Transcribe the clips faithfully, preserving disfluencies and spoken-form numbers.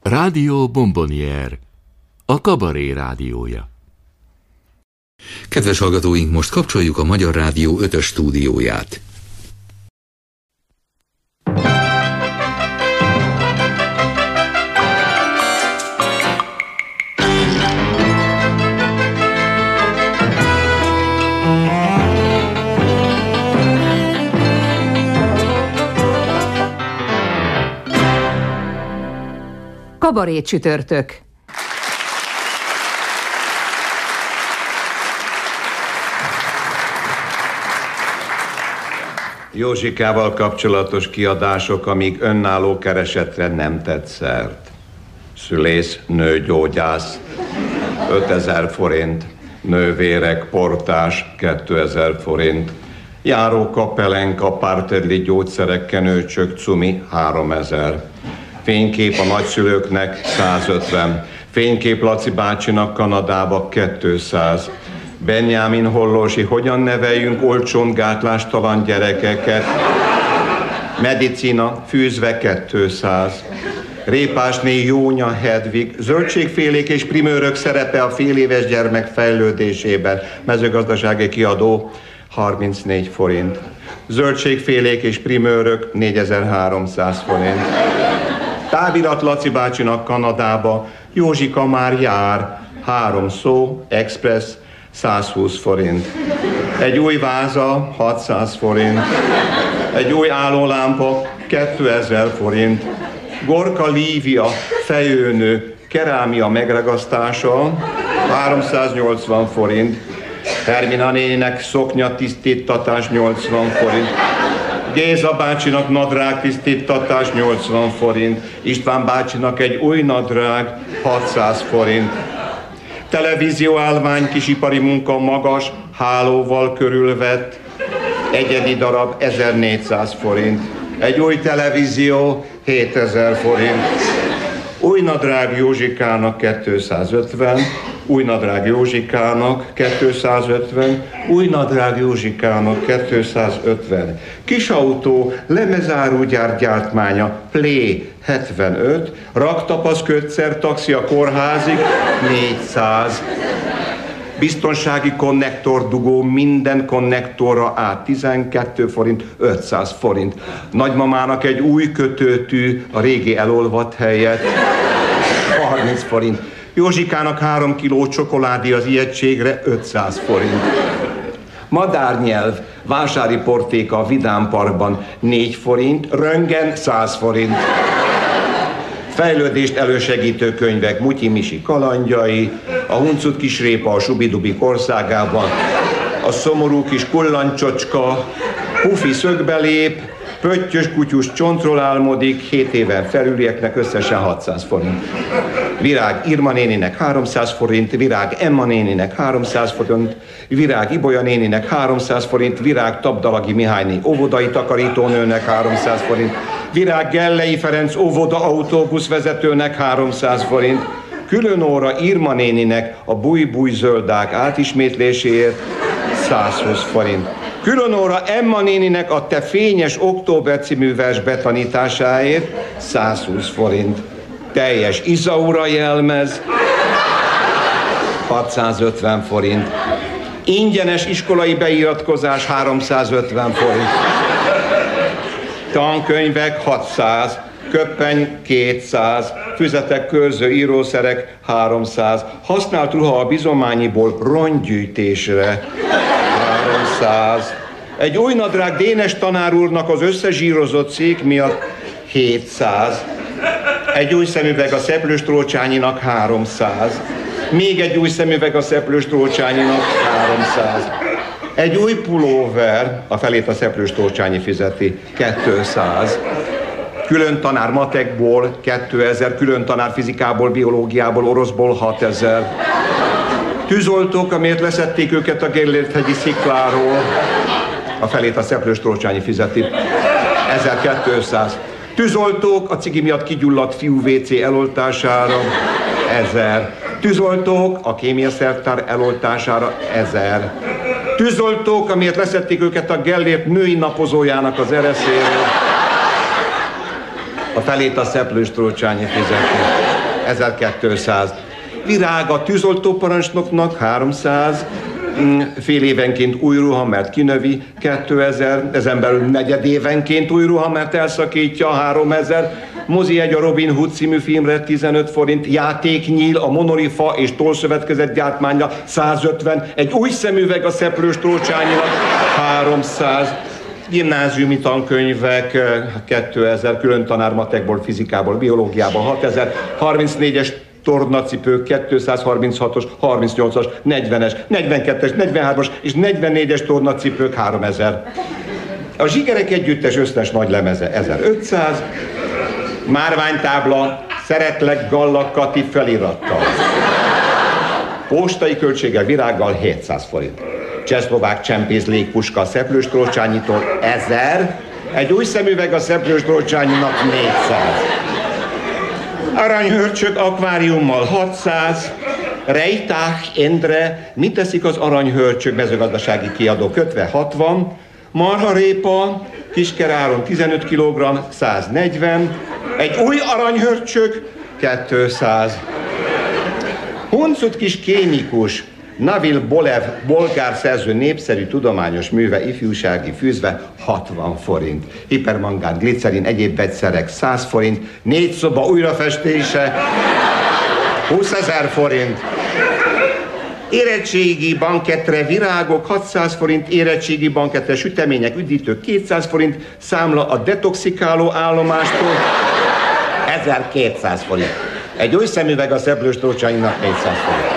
Rádió Bombonier, a kabaré rádiója. Kedves hallgatóink, most kapcsoljuk a Magyar Rádió ötös stúdióját. Kabaré csütörtök. Józsikával kapcsolatos kiadások, amíg önálló keresetre nem tett szert. Szülész, nőgyógyász, ötezer forint. Nővérek, portás, kétezer forint. Járó kapelenka, pártedli gyógyszerek, kenőcsök, cumi, háromezer. Fénykép a nagyszülőknek százötven. Fénykép Laci bácsinak Kanadába kétszáz. Benjamin Hollósi, hogyan neveljünk olcsón gátlástalan gyerekeket? Medicina, fűzve kétszáz. Répásné Jónya Hedvig, zöldségfélék és primőrök szerepe a féléves gyermek fejlődésében. Mezőgazdasági kiadó, harmincnégy forint. Zöldségfélék és primőrök, négyezer-háromszáz forint. Távirat Laci bácsinak Kanadába, Józsika már jár, három szó, express, százhúsz forint. Egy új váza, hatszáz forint. Egy új állólámpa, kétezer forint. Gorka Lívia, fejőnő, kerámia megragasztása, háromszáznyolcvan forint. Hermina néninek szoknya tisztíttatás, nyolcvan forint. Géza bácsinak nadrág tisztíttatás, nyolcvan forint. István bácsinak egy új nadrág, hatszáz forint. Televízióállvány, kisipari munka magas, hálóval körülvett, egyedi darab, ezernégyszáz forint. Egy új televízió, hétezer forint. Új nadrág Józsikának kétszázötven, új nadrág Józsikának kétszázötven, új nadrág Józsikának kétszázötven. Kisautó, lemezárógyár gyártmánya, Play hetvenöt, raktapasz kötszer, taxi a kórházig, négyszáz. Biztonsági konnektor dugó, minden konnektorra át tizenkét forint, ötszáz forint. Nagymamának egy új kötőtű a régi elolvadt helyett, harminc forint. Józsikának három kiló csokoládé az ijegységre, ötszáz forint. Madárnyelv, vásári portéka a Vidám Parkban, négy forint, röntgen, száz forint. Fejlődést elősegítő könyvek, Mutyi Misi kalandjai, a Huncut kisrépa a Subidubik országában, a szomorú kis kullancsocska, Pufi szögbelép, Pöttyös kutyus csontról álmodik, hét éven felülieknek összesen hatszáz forint. Virág Irma néninek háromszáz forint, Virág Emma néninek háromszáz forint, Virág Ibolya néninek háromszáz forint, Virág Tabdalagi Mihályné óvodai takarítónőnek háromszáz forint, Virág Gellei Ferenc óvoda autóbuszvezetőnek háromszáz forint, Külön óra Irma néninek a Búj-búj zöldák átismétléséért százhúsz forint. Külön óra Emma néninek a Te fényes október című vers betanításáért százhúsz forint. Teljes Izaura jelmez hatszázötven forint. Ingyenes iskolai beiratkozás háromszázötven forint. Tankönyvek hatszáz, köppeny kétszáz, füzetek, körző, írószerek háromszáz, használt ruha a bizományiból rongygyűjtésre háromszáz. Egy új nadrág Dénes tanár úrnak az összezsírozott szék miatt hétszáz. Egy új szemüveg a Szeplős Trócsányinak háromszáz. Még egy új szemüveg a Szeplős Trócsányinak háromszáz. Egy új pulóver, a felét a Szeplős Trócsányi fizeti, kétszáz. Külön tanár matekból kétezer, külön tanár fizikából, biológiából, oroszból hatezer. Tűzoltók, amiért leszették őket a Gellért-hegyi szikláról, a felét a Szeplős Trócsányi fizeti, ezerkétszáz. Tűzoltók a cigi miatt kigyulladt fiú vé cé eloltására, ezer. Tűzoltók a kémiaszertár eloltására, ezer. Tűzoltók, amiért leszették őket a Gellért női napozójának az ereszéről, a felét a Szeplős Trócsányi fizeti, ezerkétszáz. Virág a tűzoltóparancsnoknak háromszáz. Fél évenként új ruha, mert kinövi, kétezer, ezen belül negyedévenként új ruha, mert elszakítja, háromezer. Mozi egy a Robin Hood című filmre tizenöt forint, játéknyíl a Monorifa és Tollszövetkezet gyártmánya százötven, egy új szemüveg a Szeplős Trócsányinak háromszáz, gimnáziumi tankönyvek kétezer, külön tanár matekból, fizikából, biológiából hatezer, harmincnégyes tornacipők kétszázharminchatos, harmincnyolcas, negyvenes, negyvenkettes, negyvenhármas és negyvennégyes tornacipők háromezer. A Zsigerek együttes összes nagy lemeze ezerötszáz, márványtábla, szeretlek Galla Kati felirattal. Postai költséggel, virággal hétszáz forint. Csehszlovák csempész légpuska a Szeplős Trócsányitól ezer, egy új szemüveg a Szeplős Trócsányinak négyszáz. Aranyhörcsök akváriummal hatszáz, Rejtách Endre, mit teszik az aranyhörcsök mezőgazdasági kiadó kötve hatvan, marharépa, kiskeráron tizenöt kilogramm, száznegyven, egy új aranyhörcsök, kétszáz. Huncut kis kémikus, Navil Bolev, bolgár szerző népszerű tudományos műve, ifjúsági fűzve, hatvan forint. Hipermangán, glicerin, egyéb vegyszerek, száz forint. Négy szoba újrafestése, húszezer forint. Érettségi bankettre virágok, hatszáz forint, érettségi bankettre sütemények, üdítők, kétszáz forint, számla a detoxikáló állomástól, ezerkétszáz forint. Egy új szemüveg a Szeplős Trócsányinak négyszáz forint.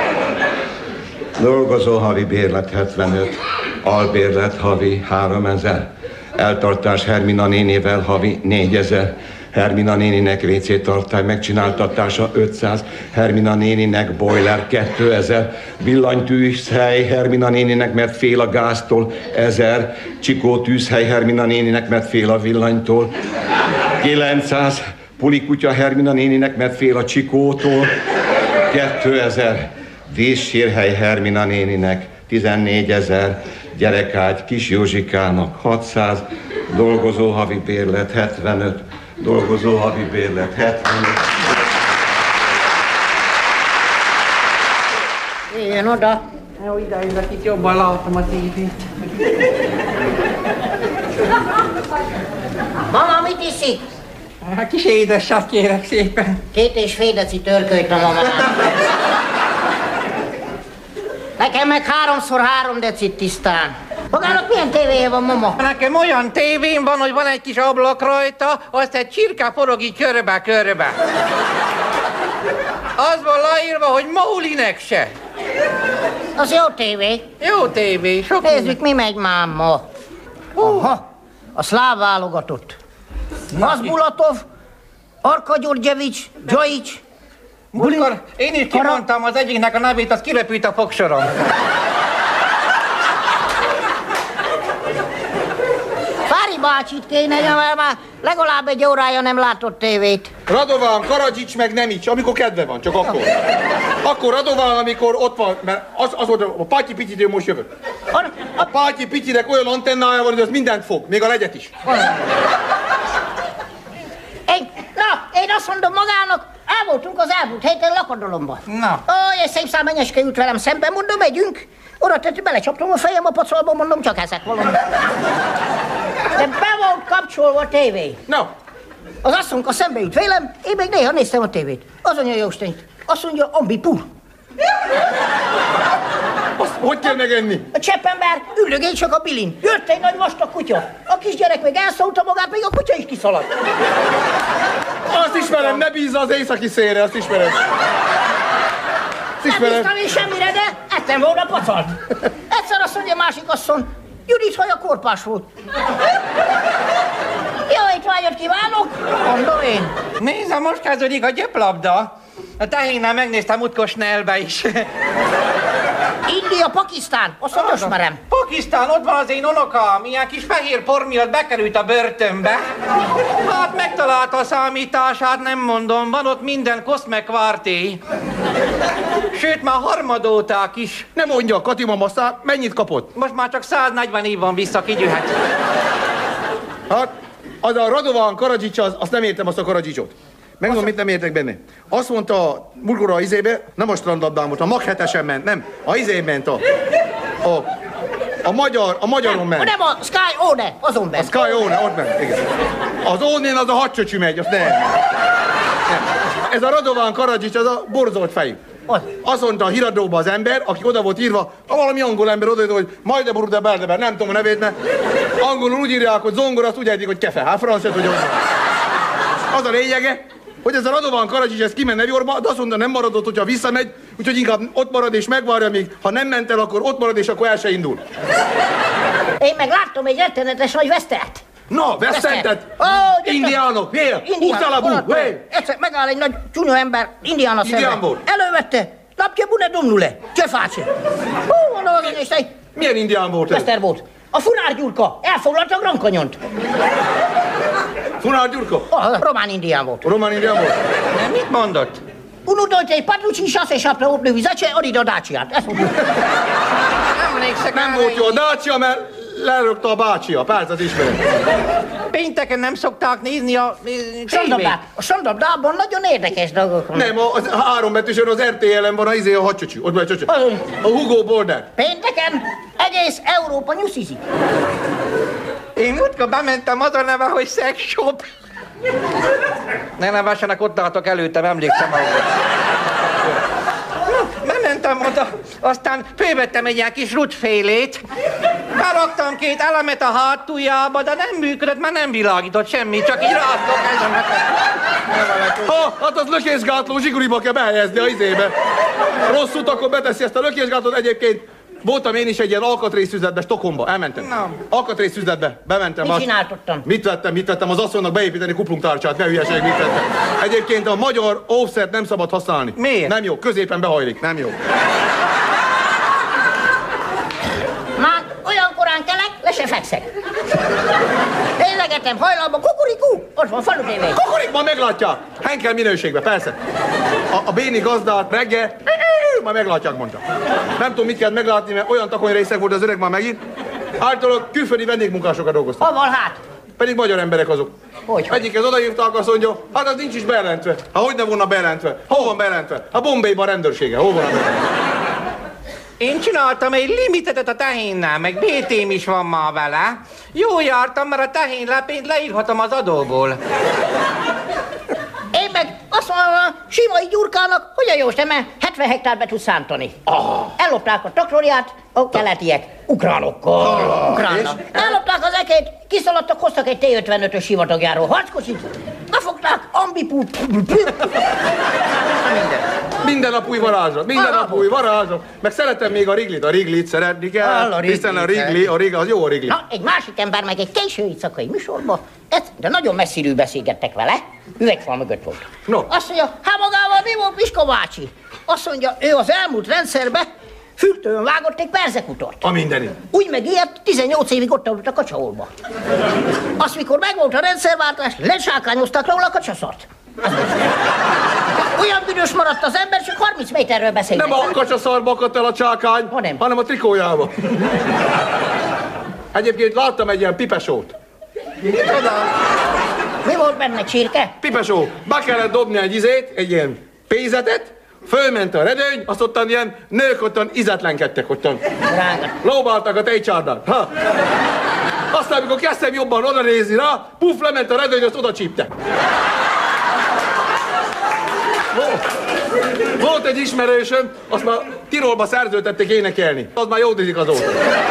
Dolgozó havi bérlet hetvenöt, albérlet havi háromezer, eltartás Hermina nénével havi négyezer, Hermina néninek vé cé tartály megcsináltatása ötszáz, Hermina néninek boiler kétezer, villanytűzhely Hermina néninek, mert fél a gáztól ezer, Csikó tűzhely Hermina néninek, mert fél a villanytól, kilencszáz, pulikutya Hermina néninek, mert fél a Csikótól, kétezer, vízsírhely Hermina néninek, tizennégyezer, gyerekágy Kis Józsikának hatszáz, dolgozó havi bérlet hetvenöt, dolgozó havi bérlet hetvenöt. Jöjjön oda. Jó, ide ülök, itt jobban látom a tévét. Mama, mit iszik? Hát kis édesat kérek szépen. Két és fél deci törkölyt a mamának. Nekem meg háromszor három decit tisztán. Magának milyen tévéje van, mama? Nekem olyan tévém van, hogy van egy kis ablak rajta, azt egy csirke forog így körbe-körbe. Az van leírva, hogy Maulinek se. Az jó tévé. Jó tévé, sok... Nézzük, mi megy már ma. Aha, a szláv válogatott. Mazbulatov, Arka Gyurgyevics, Gyoics. Múltkor én is kimondtam az egyiknek a nevét, az kirepült a fogsorom. Fári bácsit kéne, mert már legalább egy órája nem látott tévét. Radovan, Karadzsics meg Nemics, amikor kedve van, csak akkor. Akkor Radovan, amikor ott van, mert az, az volt a Pátyi Pityitől most jövök. A Pátyi Pityinek olyan antennája van, hogy az mindent fog, még a legyet is. Én, na, én azt mondom magának, el voltunk az elmúlt héten Lakadalomban. Na. Ó, egy szép szám Menyeske jut velem szemben, mondom, megyünk. Oda tett, belecsaptam a fejem a pacolba, mondom, csak ezek valami. De be volt kapcsolva a tévé. Na. Az asszonyka szembe jut vélem, én még néha néztem a tévét. Az mondja, Jóstényt, azt mondja, Ambipur. Azt hogy kell megenni? A cseppember üldögél csak a bilin. Jött egy nagy vastag kutya. A kisgyerek még elszólta magát, még a kutya is kiszaladt. Azt ismerem, ne bízza az északi szélre, azt ismerem. Azt Nem ismerem. bíztam én semmire, de ettem volna pacalt. Egyszer azt mondja másik asszony, Judit haja korpás volt. Jó étvágyat kívánok, mondom én. Nézem, most kezdődik a gyöplabda. A tehénnel megnéztem Utkosnelbe is. India, Pakisztán, azt mondja, ismerem. Pakisztán, ott van az én unokám, ilyen kis fehér por miatt bekerült a börtönbe. Hát megtalálta a számítását, nem mondom, van ott minden koszmekvárté. Sőt, már harmadóták is. Nem mondja, Kati mama, szá... mennyit kapott? Most már csak száznegyven év van vissza, kigyűhet. Hát, az a Radovan Karadzsics, az, azt nem értem, azt a Karadzsicsot. Megmondom, mit nem értek benne. Azt mondta a múltkor a izébe, nem a strandlabdámot, a mag hetesen ment, nem. A izé ment a... A, a magyar, a magyaron nem, ment. Nem, a Sky One, azon ment. A Sky One, ott ment, igen. Az Ónén az a hadcsöcsű megy, azt nem. nem. Ez a Radovan Karadzsics, az a borzolt fejű. Azt mondta a híradóba az ember, aki oda volt írva, valami angol ember odaírta, hogy majd de de Berdeber, nem tudom a nevét, mert angolul úgy írják, hogy zongora, azt úgy ejtik, hogy kefe. Hát francia, hogy az a lényege, hogy ez a Radovan Karadzsics, ez kimenne Yorba, de azt mondta, nem maradott, hogyha visszamegy, úgyhogy inkább ott marad és megvárja, míg ha nem ment el, akkor ott marad és akkor el se indul. Én meg láttam egy rettenetes nagy vesztert. Na, vesztentet! Oh, indiánok, miért? Húztálabú, hé! Egyszer megáll egy nagy csúnya ember, indiána szemben. Elővette, napja bune domnule, csefácsi. Hú, mondom, az én egy... Milyen indián volt ez? Veszter volt. A Funár Gyurka, elfoglalta a Grand Canyont. Funár Gyurka? A román indián volt. Román indián volt? Nem, mit mondott? Uno, doi, trei, patru, cinci, șase, șapte, opt, nouă, zece, ori de Dacia. Ezt mondja. Emlékszek, nem volt jó a Dacia, mert lerögte a bácsi, a percet ismerem. Pénteken nem szokták nézni a tévét? A Sandabdában nagyon érdekes dolgok van. Nem, a, a három betűsön az er té el-en van a izé a hadcsöcsű. Ott van a csöcsű. A Hugo Border. Pénteken egész Európa nyuszizik. Én múltkor bementem az a neve, hogy sex shop. Ne nevessenek, ott álltak előttem, emlékszem ahol. Bementem oda, aztán fölvettem egy ilyen kis rutfélét, beraktam két elemet a hátuljába, de nem működött, mert nem világított semmi, csak így ráadtok ezemet. Ha, hát az lökésgátló zsiguriba kell behelyezni a izébe. Rossz út, akkor beteszi ezt a lökésgátlót. Egyébként voltam én is egy ilyen alkatrészüzletbe, Stockholmba, elmentem. No. Alkatrészüzletbe, bementem. Mit azt... csináltottam? Mit vettem, mit vettem? Az asszonynak beépíteni kuplungtárcsát, ne hülyeség, mit vettem. Egyébként a magyar offset nem szabad használni. Miért? Nem jó, középen behajlik, nem jó. Már olyan korán kelek, le se fekszek. Nézegetem hajlalba, kukurikú, ott van Falu té vé. Kukurik, ma meglátják. Henkel minőségben, persze. A, a béni gazdát reggel, ma meglátják, mondta. Nem tudom, mit kell meglátni, mert olyan takony részek volt az öreg már megint. Általában külföldi vendégmunkásokat dolgoztak. Hol van hát? Pedig magyar emberek azok. Hogy? Egyikhez odaírták, azt mondja, hát az nincs is bejelentve. Hát hogy ne volna bejelentve? Hol van bejelentve? A Bombayban rendőrsége, hol van a bejelentve? Én csináltam egy limitetet a tehénnel, meg bé tém is van már vele. Jó jártam, mert a tehén lepényt leírhatom az adóból. Én meg azt mondom a Simai Gyurkának, hogy a jó mert hetven hektár be tud szántani. Oh. Ellopták a traktorját, a keletiek, ukránokkal. Oh. Ukránnak. Ellopták az ekét, kiszaladtak, hoztak egy té ötvenötös sivatagjáról harckocsit, befogták, ambipú. Minden nap új varázslat, minden nap új varázslat. Meg szeretem még a riglit, a riglit szeretni kell. Hiszen a rigli, a rigli, az jó a rigli. Na, egy másik ember meg egy késő éjszakai műsorba, ezt, de nagyon messziről beszélgettek vele, üvegfal mögött volt. No. Azt mondja, hát magával mi volt Piska bácsi? Azt mondja, ő az elmúlt rendszerbe fültőn vágott egy perzekutort. A mindeni. Úgy meg ilyet, tizennyolc évig ott aludt a kacsaholba. Azt, mikor megvolt a rendszerváltás, lesákányozták róla a kacsaszart. Olyan büdös maradt az ember, csak harminc méterről beszélnek. Nem a kacsaszarba akadt el a csákány, hanem. hanem a trikójába. Egyébként láttam egy ilyen pipesót. Mi volt benne, csirke? Pipesó, be kellett dobni egy izét, egy ilyen pénzetet, fölment a redőny, azt ottan ilyen nők ottan izetlenkedtek ottan. Drága. Lóbáltak a tejcsárdán. Ha. Aztán, amikor kezdtem jobban oda nézni rá, puf, lement a redőny, azt oda csípte. Volt egy ismerősöm, azt már Tirolba szerződtették énekelni. Az már jódizik azóta.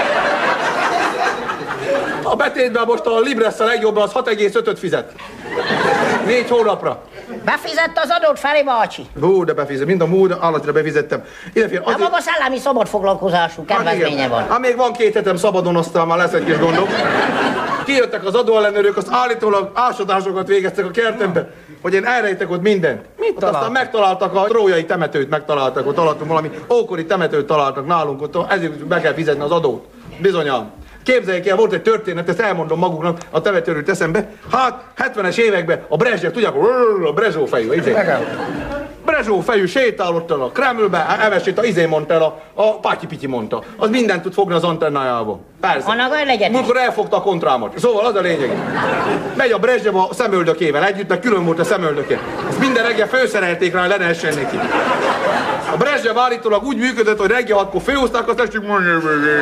A betétben most a Libres a legjobb, az hat egész ötöt fizet. Négy hónapra. Befizette az adót Feri bácsi. Hú, de befizet, mind a múlt állatra befizettem. Idefél, azért... A maga szellemi szabad foglalkozású kedvezménye van. Hát még van két hetem szabadon, aztán már lesz egy kis gondom. Kijöttek az adóellenőrök, azt állítólag ásadásokat végeztek a kertembe, hogy én elrejtek ott mindent. Mit ott aztán megtaláltak a trójai temetőt, megtaláltak, ott alattunk valami ókori temetőt találtak nálunk, ott ezért be kell fizetni az adót. Bizonyám. Képzeljék el, volt egy történet, ezt elmondom maguknak, a temetőről teszem be. Hát, hetvenes években a Brezsnyev, tudják, a Brezsó fejű, így. Brezsó fejű sétál ott a Kremlbe, evesét a izé mondta el, a, a Pátyi-Pityi mondta. Az mindent tud fogni az antennájába. Persze. Annak olyan legyen. Múltkor elfogta a kontrámat. Szóval az a lényeg. Megy a Brezsnyev a szemöldökével együtt, meg külön volt a szemöldöke. Ezt minden reggel főszerelték rá, hogy le ne essen neki. A Brezsnyev állítólag úgy működött, hogy reggel hatkor főhozták, azt estük mondja.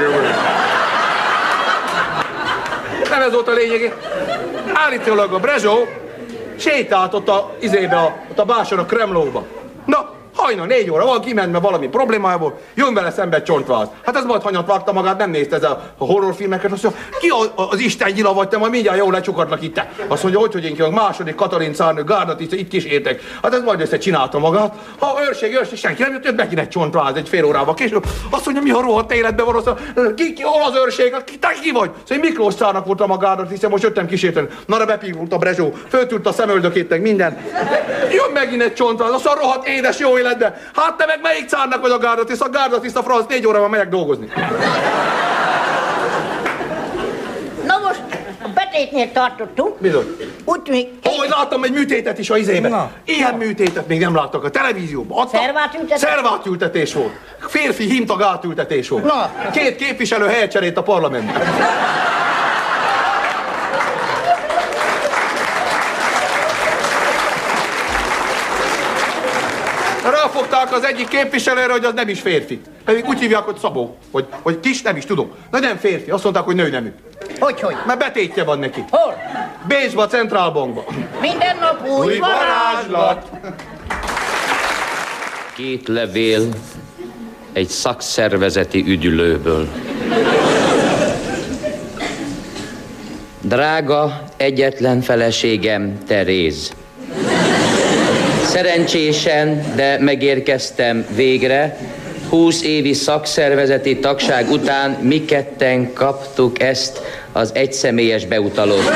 Nem ez volt a lényeg. Állítólag a Brezsó sétált ott a izébe, a, ott a Báson a Kremlóba. Na, hajna négy óra van, kiment, mert valami problémájából, jön vele szembe csontváz. Hát ez majd hanyat vágta magát, nem nézte ez a horrorfilmeket, azt mondja, ki a, az Isten gyila vagy te, majd mindjárt jól lecsukadnak itt. Azt mondja, hogy hogy én ki a második Katalin cárnő, Gárdatisza, itt is értek. Hát ez majd össze csinálta magát. Ha őrség, őrség, senki nem jött, jött megint egy csontváz egy fél órával később. Azt mondja, mi a rohadt életben van, azt mondja, ki, ki, hol az őrség, ki, te ki vagy? Szóval én Miklós cárnak voltam a Gárdatisza, most jöttem kísérteni. Na, bepívult a Brezsó, föltűrt a szemöldökét, meg minden. Jön megint egy csontváz, azt mondja, rohadt édes jó életben. Hát te meg melyik cárnak vagy a Gárdatisza? A Gárdatisza franc, négy órában megyek dolgozni. Na most a betétnél tartottunk. Bizony. Úgy tűnik... Ahogy láttam egy műtétet is a izében. Na. Ilyen műtétet még nem láttak a televízióban. Adta... Szervátültetés? Szervátültetés volt. Férfi hímtag átültetés volt. Na. Két képviselő helyet cserélt a parlamentben. Ráfogták az egyik képviselőre, hogy az nem is férfi. Pedig úgy hívják, hogy Szabó. Hogy, hogy kis, nem is tudom. De nem férfi. Azt mondták, hogy nőnemű. Hogy, hogy? Mert betétje van neki. Hol? Bécsba, a Centrálbankba. Minden nap új, Új varázslat. Két levél egy szakszervezeti üdülőből. Drága, egyetlen feleségem, Teréz. Szerencsésen, de megérkeztem végre. Húsz évi szakszervezeti tagság után mi ketten kaptuk ezt az egyszemélyes beutalót.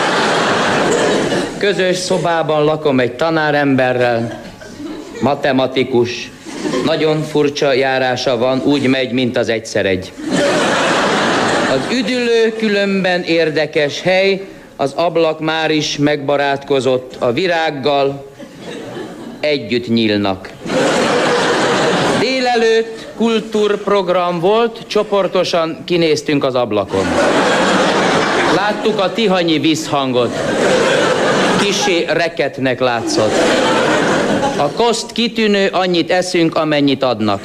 Közös szobában lakom egy tanáremberrel, matematikus, nagyon furcsa járása van, úgy megy, mint az egyszer egy. Az üdülő különben érdekes hely, az ablak már is megbarátkozott a virággal, együtt nyílnak. Délelőtt kultúrprogram volt, csoportosan kinéztünk az ablakon. Láttuk a tihanyi visszhangot. Kissé reketnek látszott. A koszt kitűnő, annyit eszünk, amennyit adnak.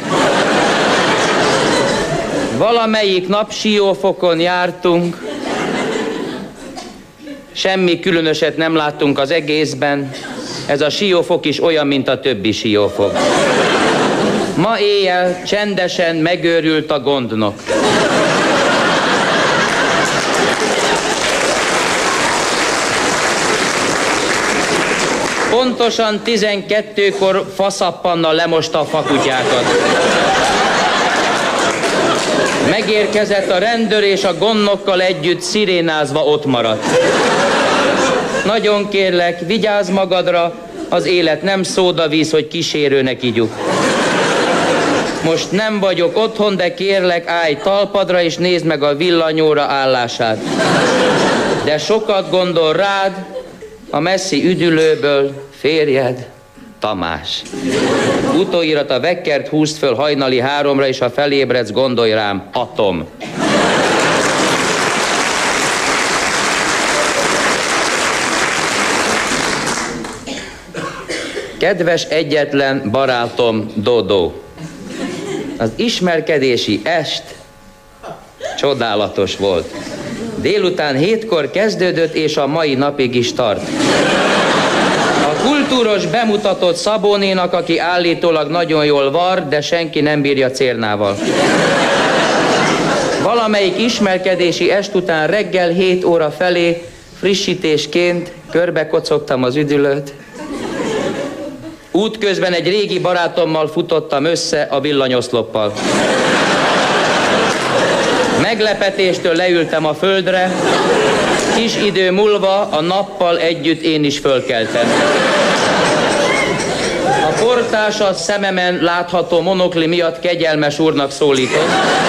Valamelyik nap Siófokon jártunk, semmi különöset nem láttunk az egészben. Ez a Siófok is olyan, mint a többi Siófok. Ma éjjel csendesen megőrült a gondnok. Pontosan tizenkettőkor faszappannal lemosta a fakutyákat. Megérkezett a rendőr, és a gondnokkal együtt szirénázva ott maradt. Nagyon kérlek, vigyázz magadra, az élet nem szódavíz, hogy kísérőnek igyuk. Most nem vagyok otthon, de kérlek, állj talpadra, és nézd meg a villanyóra állását. De sokat gondol rád, a messzi üdülőből, férjed, Tamás. Utóirat a vekkert húzd föl hajnali háromra, és ha felébredsz, gondolj rám, Atom. Kedves egyetlen barátom, Dodó. Az ismerkedési est csodálatos volt. Délután hétkor kezdődött, és a mai napig is tart. A kultúros bemutatott Szabónénak, aki állítólag nagyon jól var, de senki nem bírja cérnával. Valamelyik ismerkedési est után reggel hét óra felé frissítésként körbekocogtam az üdülőt. Útközben egy régi barátommal futottam össze a villanyoszloppal. Meglepetéstől leültem a földre, kis idő múlva a nappal együtt én is fölkeltem. A portás a szememen látható monokli miatt kegyelmes úrnak szólított.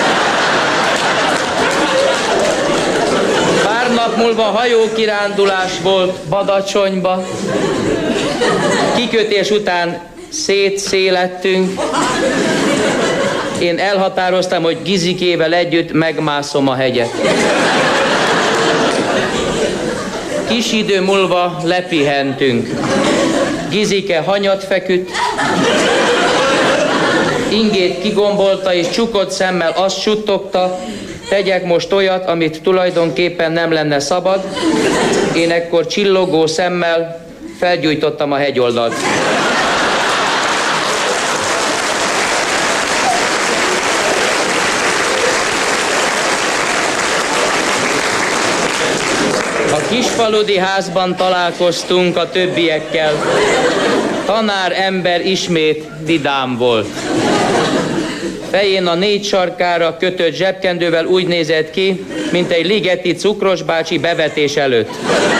Pár nap múlva hajókirándulás volt Badacsonyba. Kikötés után szétszélettünk. Én elhatároztam, hogy Gizikével együtt megmászom a hegyet. Kis idő múlva lepihentünk. Gizike hanyat feküdt, ingét kigombolta és csukott szemmel azt suttogta, tegyek most olyat, amit tulajdonképpen nem lenne szabad. Én ekkor csillogó szemmel felgyújtottam a hegyoldalt. A kisfaludi házban találkoztunk a többiekkel. Tanár ember ismét vidám volt. Fején a négy sarkára kötött zsebkendővel úgy nézett ki, mint egy ligeti cukros bácsi bevetés előtt.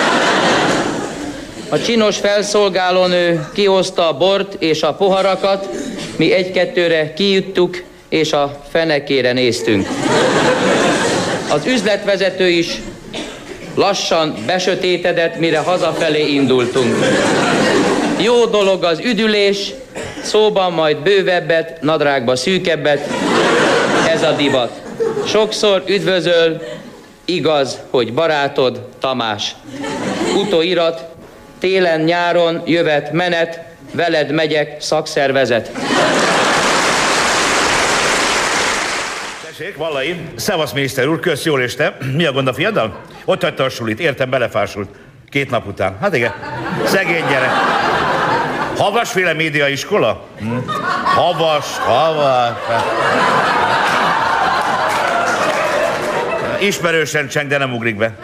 A csinos felszolgálónő kihozta a bort és a poharakat, mi egy-kettőre kijuttuk, és a fenekére néztünk. Az üzletvezető is lassan besötétedett, mire hazafelé indultunk. Jó dolog az üdülés, szóban majd bővebbet, nadrágba szűkebbet, ez a divat. Sokszor üdvözöl, igaz, hogy barátod Tamás. Utóirat, télen-nyáron jövet menet, veled megyek szakszervezet. Tessék, Vallai, szevasz miniszter úr, kösz, jól és te? Mi a gond a fiaddal? Ott hagyta a sulit, értem, belefásult. Két nap után. Hát igen, szegény gyerek. Havasféle médiaiskola? Hm. Havas, havas. Ismerősen cseng, de nem ugrik be.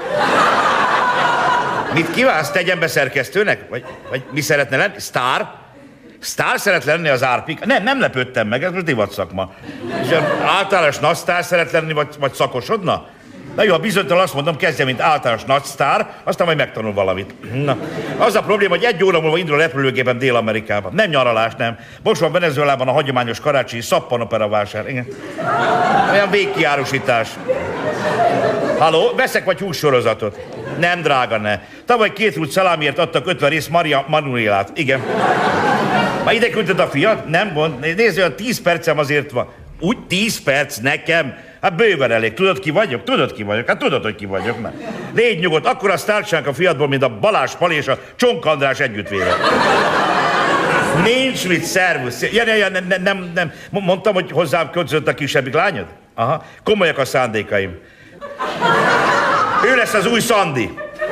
Mit kívánsz, tegyen be szerkesztőnek? Vagy, vagy mi szeretne lenni? Sztár? Sztár szeret lenni az árpik? Nem, nem lepődtem meg, ez most divat szakma. És általános nagy sztár szeret lenni, vagy, vagy szakosodna? Na jó, ha bizonytalan azt mondom, kezdje, mint általános nagy sztár, aztán majd megtanul valamit. Na, az a probléma, hogy egy óra múlva indul a repülőgépem Dél-Amerikában. Nem nyaralás, nem. Most van Venezuelában a hagyományos karácsonyi szappanopera vásár. Igen. Olyan végkiárusítás. Halló, veszek vagy hússorozatot? Nem, drága, ne. Tavaly két rút szalámiért adtak ötven rész Maria Manuelát. Igen. Már ide küldted a fiat? Nem gond. Nézd, olyan tíz percem azért van. Úgy tíz perc nekem? Hát bőven elég. Tudod, ki vagyok? Tudod, ki vagyok? Hát tudod, hogy ki vagyok. Na. Légy nyugodt, akkor a sztárcsánk a fiatból, mint a Balázs Pali és a Csonk András együttvéve. Nincs mit, szervusz. Ja, ja, ja, nem, nem, nem. Mondtam, hogy hozzám költözött a kisebbik lányod? Aha. Komolyak a szándékaim. Ő lesz az új Szandi.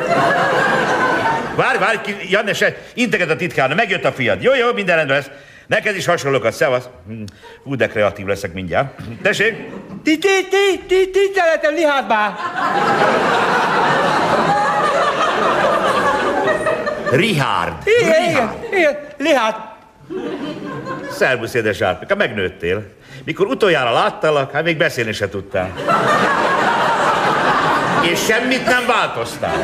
Várj, várj, Janne, se, integet a titkárnő, megjött a fiad. Jó, jó, minden rendben lesz. Neked is hasonlókat, szevasz. Hú, de kreatív leszek mindjárt. Tessék? Ti, ti, ti, ti, ti, szeretem Lihátbá. Richard. Igen, igen, igen, Lihát. Szervusz, édes Árpika, megnőttél. Mikor utoljára láttalak, hát még beszélni se tudtál. És semmit nem változtál.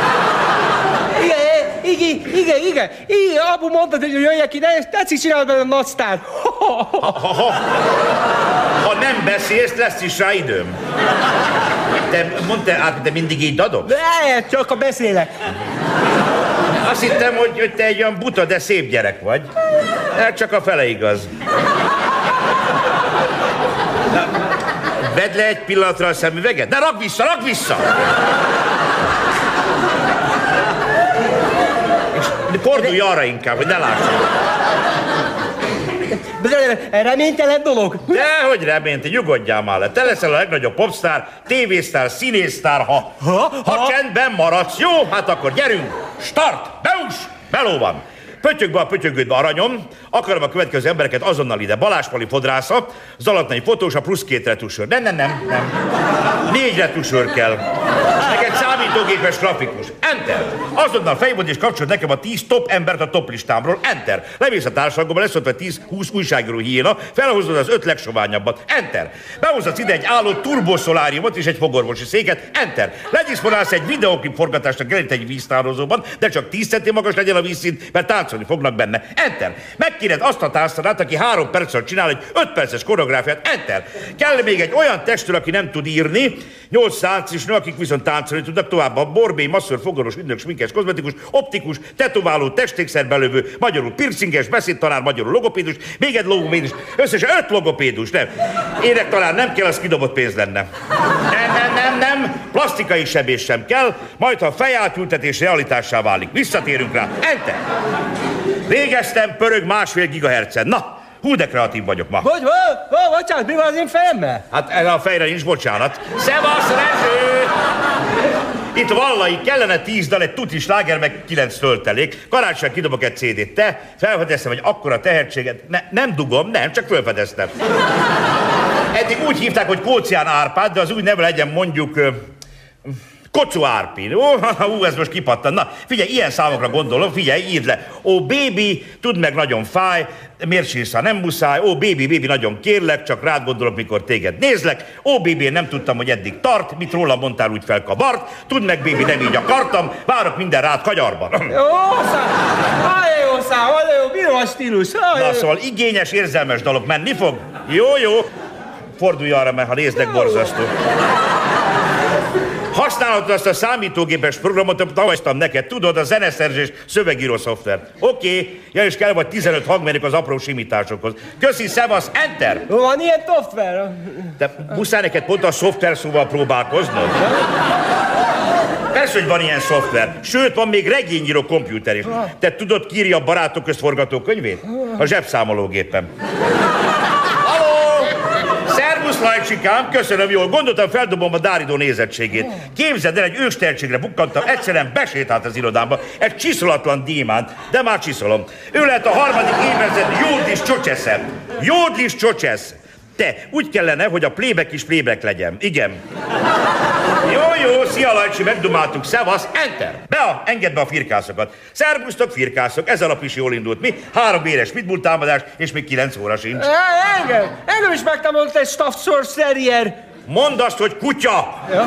Igen, igen, igen, igen. Igen, apu mondtad, hogy jöjjek ide, és tetszik csinálni belőle nagy sztár. Ha, ha, ha. ha nem beszélsz, lesz is rá időm. Te mondtál át, te mindig így dadogsz? Ne, csak ha beszélek. Azt hittem, hogy, hogy te egy olyan buta, de szép gyerek vagy. Hát csak a fele igaz. Na, vedd le egy pillanatra a szemüveget. De rakd vissza, rakd vissza! És fordulj arra inkább, hogy ne lássam. Reménytelen dolog. Dehogy reménytelen, nyugodjál már le. Te leszel a legnagyobb popsztár, tévésztár, színésztár, ha, ha, ha csendben maradsz. Jó, hát akkor gyerünk. Start! Beús! Meló van. Pötyög be a pötyögődbe, aranyom. Akarom a következő embereket azonnal ide. Balázs Pali fodrásza, Zalatnai fotós, a plusz két retusőr. Nem, nem, nem, nem. Négy retusőr kell. Neked számítógépes grafikus. Enter. Azonnal fejbond és kapcsolod nekem a tíz top embert a top listámról. Enter. Lemész a társadalomba, lesz ott tíz-húsz újságíró hiéna, felhozod az öt legsoványabbat. Enter. Behozhatsz ide egy álló turboszoláriumot és egy fogorvosi széket. Enter. Ledisponálsz egy videóklip forgatásnak gelít egy víztározóban, de csak tíz centi magas legyen a vízszint, mert táncolni fognak benne. Enter. Megkéred azt a tánztanát, aki három perccel csinál egy öt perces koreográfiát. Enter. Kell még egy olyan testről, aki nem tud írni, nyolc táncis nő, akik viszont táncolni tudnak, tovább a Borbély, masször, fogorvos orvos, ügynök, sminkes, kozmetikus, optikus, tetováló, testékszerbelövő, magyarul piercinges, beszédtanár, magyarul logopédus, még egy logopédus, összesen öt logopédus, nem. Énektanár nem kell, az kidobott pénz lenne. Nem, nem, nem, nem, plastikai sebész sem kell, majd ha a fejátültetés realitássá válik. Visszatérünk rá. Enter! Végeztem, pörög másfél gigahertzen. Na, hú, de kreatív vagyok ma. Hogy, bocsánat, mi van az én fejemmel? Hát erre a fejre nincs bocsánat. Szevasz, Rezső! Itt vallai, kellene tíz dal, egy tuti sláger, meg kilenc töltelék. Karácsony kidobok egy cé dét. Te felfedeztem, hogy akkora tehetséget. Ne, nem dugom, nem, csak felfedeztem. Eddig úgy hívták, hogy Kócián Árpád, de az új neve legyen mondjuk... Uh, Kocó Árpin. Ó, hú, ez most kipattan. Na, figyelj, ilyen számokra gondolom, figyelj, írd le. Ó, baby, tudd meg, nagyon fáj, miért sírsz, ha nem muszáj. Ó, baby, baby, nagyon kérlek, csak rád gondolok, mikor téged nézlek. Ó, baby, én nem tudtam, hogy eddig tart, mit róla mondtál, úgy felkavart. Tudd meg, baby, nem így akartam, várok minden rád kagyarban. Jó szám, hajj, jó szám, hajj, jó, a stílus. Na, szóval igényes, érzelmes dalok menni fog? Jó, jó. Fordulj arra, mert ha néznek, borzasztó. Használhatod azt a számítógépes programot, amit tavasztam neked, tudod, a zeneszerzés szövegíró szoftver. Oké, okay. Ja, és kell vagy tizenöt hangmérnök az apró simításokhoz. Köszi, szevasz, enter! Van ilyen szoftver? De muszáj neked pont a szoftver szóval próbálkoznod? Persze, hogy van ilyen szoftver. Sőt, van még regényíró kompjúter is. Te tudod, ki írja a Barátok közt forgatókönyvét? A zsebszámológépen. Szervusz, Lajcsikám, köszönöm, jól gondoltam, feldobom a Dáridó nézettségét. Képzeld el, egy őstehetségre bukkantam, egyszerűen besétált az irodámba, egy csiszolatlan dímánt, de már csiszolom. Ő lehet a harmadik évezred Jódlis Csocseszem. Jódlis Csocsesz. Te, úgy kellene, hogy a plébek is plébek legyen. Igen. Jó, jó, szia Lajcsi, megdumáltuk, szevasz, enter! Bea, engedd be a firkászokat. Szervusztok, firkászok, ez alap is jól indult. Mi? Három éres pitbull támadás, és még kilenc óra sincs. Engem, engem is megtámadott egy Staffordshire Terrier. Mondd azt, hogy kutya! Ja.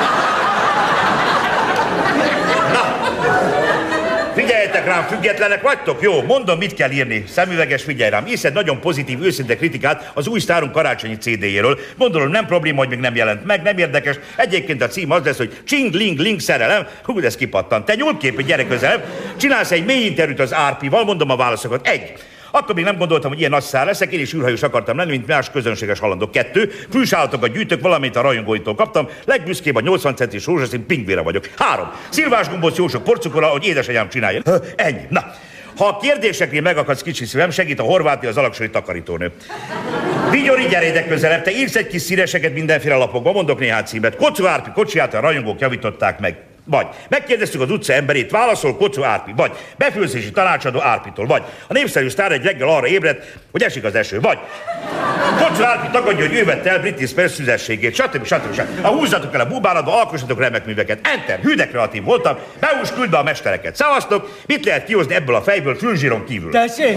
Na, figyeljetek rám, függetlenek vagytok? Jó, mondom, mit kell írni. Szemüveges, figyelj rám. Írsz egy nagyon pozitív, őszinte kritikát az új sztárunk karácsonyi cé dé-jéről. Gondolom, nem probléma, hogy még nem jelent meg, nem érdekes. Egyébként a cím az lesz, hogy Csing, Ling, Ling, szerelem. Hú, de ez kipattant. Te nyúlkép, hogy gyere közelebb. Csinálsz egy mély interjút az Árpival, mondom a válaszokat. Egy. Akkor még nem gondoltam, hogy ilyen nagy szár leszek, én is űrhajós akartam lenni, mint más közönséges halandók. Kettő, fűsállatokat gyűjtök, valamint a rajongóitól kaptam, legbüszkébb a nyolcvan centis rózsaszín pingvére vagyok. Három, szilvás gombóc, jó sok porcukorral, hogy édesanyám csinálja. Ennyi. Na, ha a kérdéseknél megakadsz, kicsi szívem, segít a horváti, az alaksói takarítónő. Vigyori, gyere ide közelebb, te írsz egy kis színeseket mindenféle lapokba, mondok néhány címet. Kocó Árpi kocsiját a rajongók javították meg. Vagy megkérdeztük az utca emberét, válaszol Kocó Árpi. Vagy befőzési tanácsadó Árpitól. Vagy a népszerű sztár egy reggel arra ébredt, hogy esik az eső. Vagy Kocó Árpi tagadja, hogy ő vette el Britney Spears szüzességét. Stb. stb. stb. A húzzatok el a búbálatba, alkossatok remek műveket. Enter, hű de kreatív voltam, beús küld be a mestereket. Szavaztok, mit lehet kihozni ebből a fejből fülzsíron kívül? Tessék!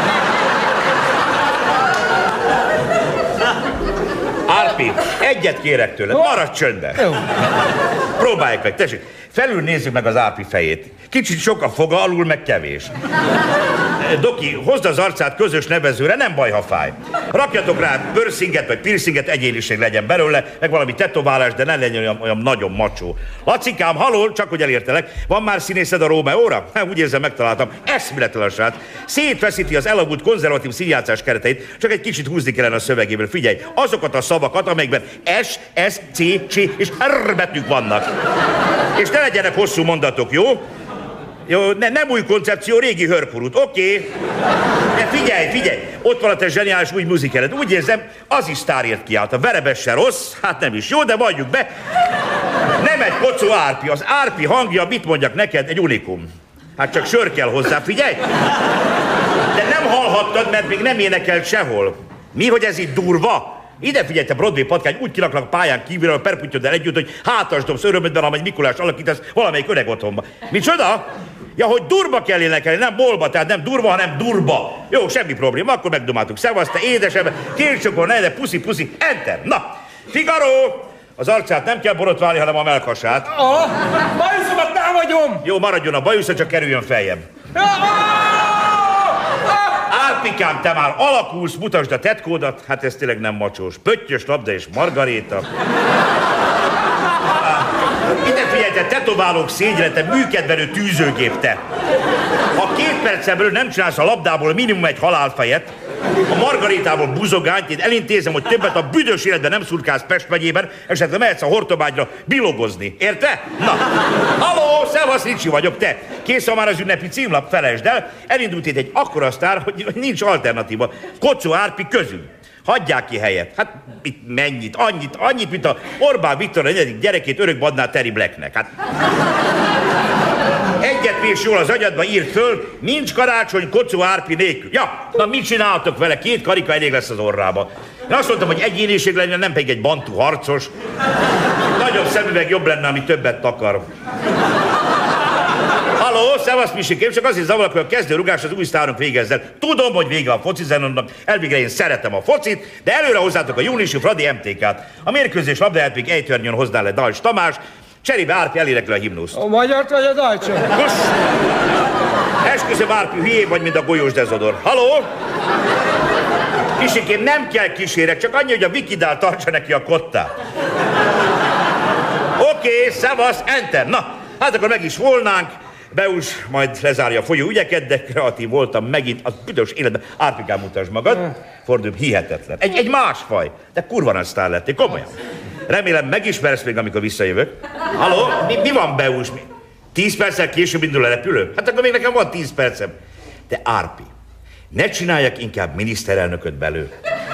Árpi, egyet kérek tőled, maradj csöndben. Próbáljuk meg, tessék. Felül nézzük meg az Árpi fejét. Kicsit sok a foga, alul meg kevés. Doki, hozd az arcát közös nevezőre, nem baj, ha fáj. Rakjatok rá bőrszinget vagy piercinget, egyéniség legyen belőle, meg valami tetoválás, de ne legyen olyan, olyan nagyon macsó. Lacikám, haló, csak hogy elértelek, van már színészed a Rómeóra? Hát, úgy érzem, megtaláltam. Eszméletlen a srác. Szétveszíti az elavult konzervatív színjátszás kereteit, csak egy kicsit húzni kellene a szövegéből. Figyelj, azokat a szavakat, amelyekben S, S, C, C és R betűk vannak. És ne legyenek hosszú mondatok, jó? Jó, ne, nem új koncepció, régi hörpurút, oké. Okay. De figyelj, figyelj, ott van a te zseniális új muzikered. Úgy érzem, az is sztárért kiállt. A Verebes se rossz, hát nem is jó, de valljuk be. Nem egy Kocó Árpi, az Árpi hangja, mit mondjak neked, egy unikum. Hát csak sör kell hozzá, figyelj. De nem hallhattad, mert még nem énekelt sehol. Mi, hogy ez itt durva? Ide figyelj, te Broadway patkány, úgy kilaklak pályán kívülről a perputyyoddal együtt, hogy hátas dobsz örömödben, amely Mikulás alakítasz valamelyik öreg otthonba. Micsoda? Ja, hogy durba kell énekelni, nem bolba, tehát nem durva, hanem durba. Jó, semmi probléma, akkor megdomáltuk. Szevasz, te édesem, kércsokor, ne, de puszi, puszi, enter. Na, Figaro! Az arcát nem kell borotválni, hanem a melkasát. Ah, bajuszomat támadjam! Jó, maradjon a bajusza, csak kerüljön feljebb. Árpikám, te már alakulsz, mutasd a tetkódat. Hát ez tényleg nem macsós. Pöttyös labda és margaréta. Ide figyelj, te tetoválók szégyre, te műkedvelő tűzőgép, te! Ha két percen belül nem csinálsz a labdából minimum egy halálfejet, a margaritából buzogányt, én elintézem, hogy többet a büdös életben nem szurkálsz Pest megyében, esetleg mehetsz a Hortobágyra bilogozni. Érte? Na. Halló, szevasz, Ricsi vagyok, te. Kész van már az ünnepi címlap, felejtsd el. Elindult itt egy akkora sztár, hogy nincs alternatíva. Kocó Árpi közül. Hagyják ki helyet. Hát mit, mennyit, annyit, annyit, mint a Orbán Viktor a negyedik gyerekét örökbadná Terry Blacknek. Hát... Egyet vés jól az agyadba, írd föl, nincs karácsony Kocó Árpi nélkül. Ja, na mit csináltok vele? Két karika elég lesz az orrába. Én azt mondtam, hogy egyéniség lenne, nem pedig egy bantú harcos. Nagyobb szemüveg jobb lenne, ami többet takar. Halló, szevasz Misikém, csak azért zavarok, hogy a kezdőrugás az új sztárunk végezzel. Tudom, hogy vége a focizenonnak, elvégre én szeretem a focit, de előre hozzátok a júniusi Fradi em té ká-t. A mérkőzés labdáját még ejtörnyön hozná le Dajcs Tamás, cserébe Árpi elérekli a himnuszt. A magyart vagy a Dajcsot? Most! Esküszöm, Árpi, hülyébb vagy, mint a golyós dezodor. Halló? Misikém, nem kell kísérek, csak annyi, hogy a Wikidál tartsa neki a kottát. Oké, okay, szevasz, enter. Na, hát akkor meg is volnánk. Beus majd lezárja a folyó ügyeket, de kreatív voltam megint, az büdös életben. Árpikám, mutasd magad. Fordulj, hihetetlen. Egy, egy más faj, de kurva nagy sztár lettél, komolyan. Remélem megismersz még, amikor visszajövök. Halló, mi, mi van, Beus? Mi? Tíz perccel később indul a repülő? Hát akkor még nekem van tíz percem. De Árpi, ne csináljak inkább miniszterelnököt belőle.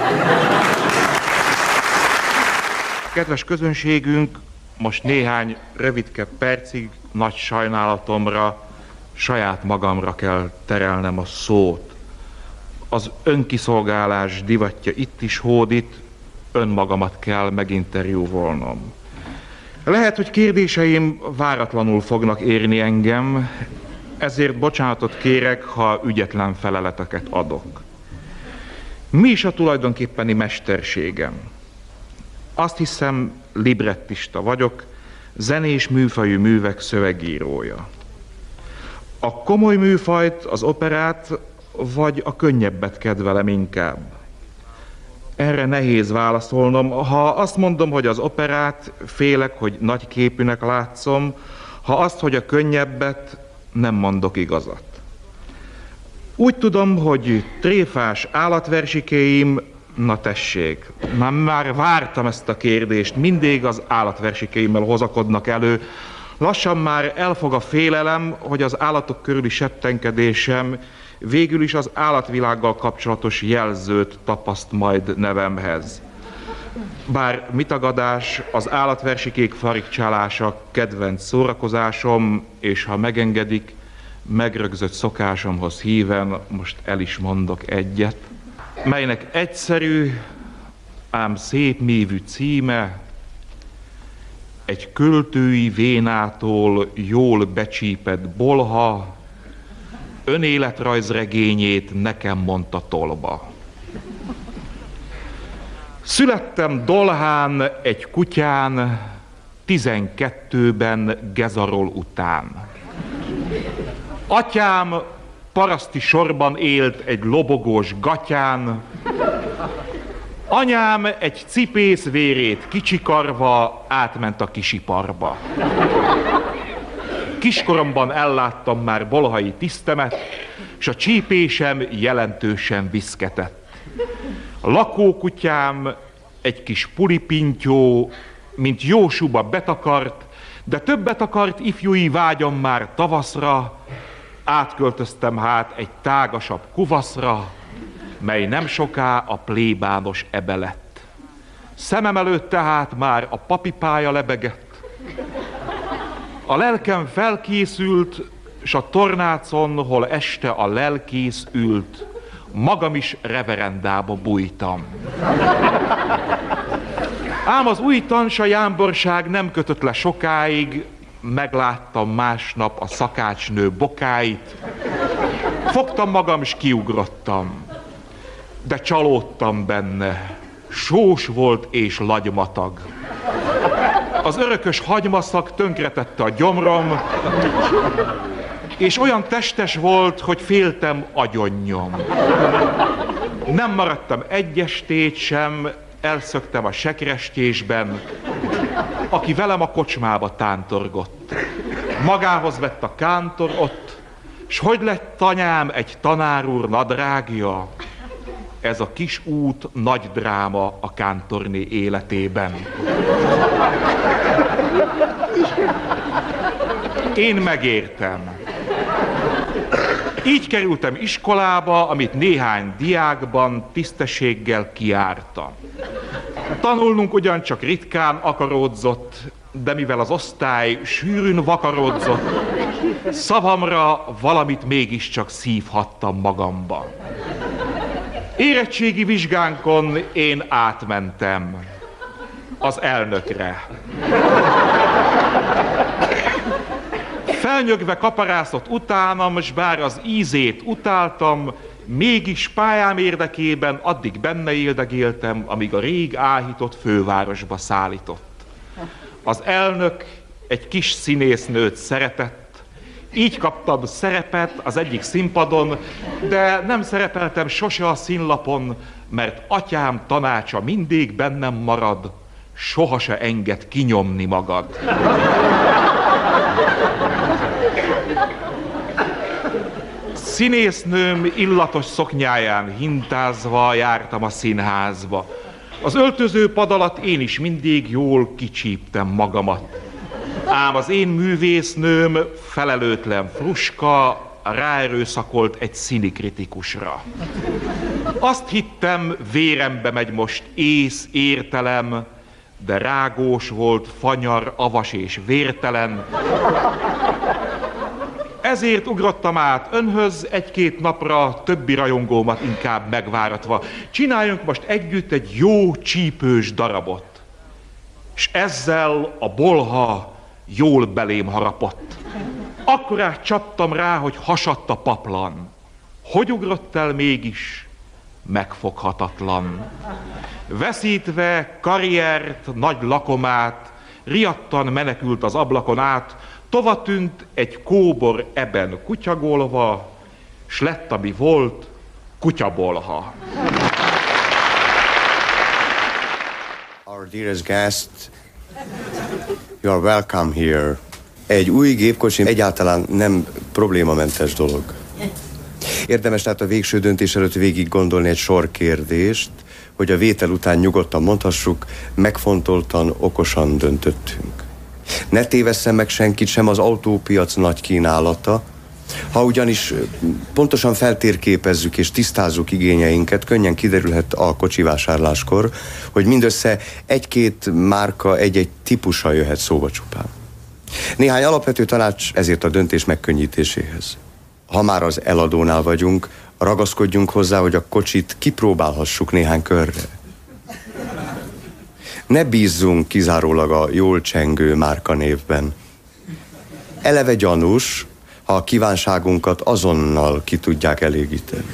Kedves közönségünk, most néhány rövidke percig nagy sajnálatomra saját magamra kell terelnem a szót. Az önkiszolgálás divatja itt is hódít, önmagamat kell meginterjúvolnom. Lehet, hogy kérdéseim váratlanul fognak érni engem, ezért bocsánatot kérek, ha ügyetlen feleleteket adok. Mi is a tulajdonképpeni mesterségem? Azt hiszem, librettista vagyok, zenés műfajú művek szövegírója. A komoly műfajt, az operát, vagy a könnyebbet kedvelem inkább? Erre nehéz válaszolnom. Ha azt mondom, hogy az operát, félek, hogy nagy képűnek látszom, ha azt, hogy a könnyebbet, nem mondok igazat. Úgy tudom, hogy tréfás állatversikéim, na tessék, már, már vártam ezt a kérdést, mindig az állatversikeimmel hozakodnak elő. Lassan már elfog a félelem, hogy az állatok körüli settenkedésem végül is az állatvilággal kapcsolatos jelzőt tapaszt majd nevemhez. Bár mitagadás, az állatversikék farigcsálása kedvenc szórakozásom, és ha megengedik, megrögzött szokásomhoz híven most el is mondok egyet, melynek egyszerű, ám szép mívű címe, egy költői vénától jól becsípett bolha, önéletrajzregényét nekem mondta tolba. Születtem Dolhán egy kutyán, tizenkettőben Gezarol után. Atyám paraszti sorban élt egy lobogós gatyán, anyám egy cipész vérét kicsikarva átment a kisiparba. Kiskoromban elláttam már bolhai tisztemet, s a csípésem jelentősen viszketett. A lakókutyám egy kis pulipintyó, mint Jósuba betakart, de többet akart ifjúi vágyam már tavaszra, átköltöztem hát egy tágasabb kuvaszra, mely nem soká a plébános ebe lett. Szemem előtt tehát már a papipálya lebegett. A lelkem felkészült, s a tornácon, hol este a lelkész ült, magam is reverendába bújtam. Ám az új tansa jámborság nem kötött le sokáig, megláttam másnap a szakácsnő bokáit, fogtam magam, s kiugrottam, de csalódtam benne, sós volt és lagymatag. Az örökös hagymaszak tönkretette a gyomrom, és olyan testes volt, hogy féltem agyonnyom. Nem maradtam egy estét sem, elszöktem a sekrestésben, aki velem a kocsmába tántorgott. Magához vett a kántor ott, s hogy lett anyám egy tanárúr nadrágja? Ez a kis út nagy dráma a kántorné életében. Én megértem. Így kerültem iskolába, amit néhány diákban tisztességgel kiártam. Tanulnunk ugyancsak ritkán akaródzott, de mivel az osztály sűrűn vakaródzott, szavamra valamit mégiscsak szívhattam magamba. Érettségi vizsgánkon én átmentem az elnökre. Felnyögve kaparászott utánam, s bár az ízét utáltam, mégis pályám érdekében addig benne éldegéltem, amíg a rég áhított fővárosba szállított. Az elnök egy kis színésznőt szeretett, így kaptam szerepet az egyik színpadon, de nem szerepeltem sose a színlapon, mert atyám tanácsa mindig bennem marad, soha se enged kinyomni magad. Színésznőm illatos szoknyáján hintázva jártam a színházba. Az öltözőpad alatt én is mindig jól kicsíptem magamat. Ám az én művésznőm felelőtlen fruska ráerőszakolt egy színikritikusra. Azt hittem, vérembe megy most ész, értelem, de rágós volt, fanyar, avas és vértelen. Ezért ugrottam át önhöz egy-két napra, többi rajongómat inkább megváratva. Csináljunk most együtt egy jó csípős darabot. És ezzel a bolha jól belém harapott. Akkorát csaptam rá, hogy hasadt a paplan. Hogy ugrott el mégis? Megfoghatatlan. Veszítve karriert, nagy lakomát, riadtan menekült az ablakon át, tova tűnt egy kóbor eben kutyagolva, s lett, ami volt, kutyabolha. Our dearest guest, you are welcome here. Egy új gépkocsi egyáltalán nem problémamentes dolog. Érdemes tehát a végső döntés előtt végig gondolni egy sor kérdést, hogy a vétel után nyugodtan mondhassuk, megfontoltan, okosan döntöttünk. Ne tévesszem meg senkit, sem az autópiac nagy kínálata. Ha ugyanis pontosan feltérképezzük és tisztázzuk igényeinket, könnyen kiderülhet a kocsivásárláskor, hogy mindössze egy-két márka, egy-egy típusa jöhet szóba csupán. Néhány alapvető tanács ezért a döntés megkönnyítéséhez. Ha már az eladónál vagyunk, ragaszkodjunk hozzá, hogy a kocsit kipróbálhassuk néhány körre. Ne bízzunk kizárólag a jól csengő márkanévben. Eleve gyanús, ha a kívánságunkat azonnal ki tudják elégíteni.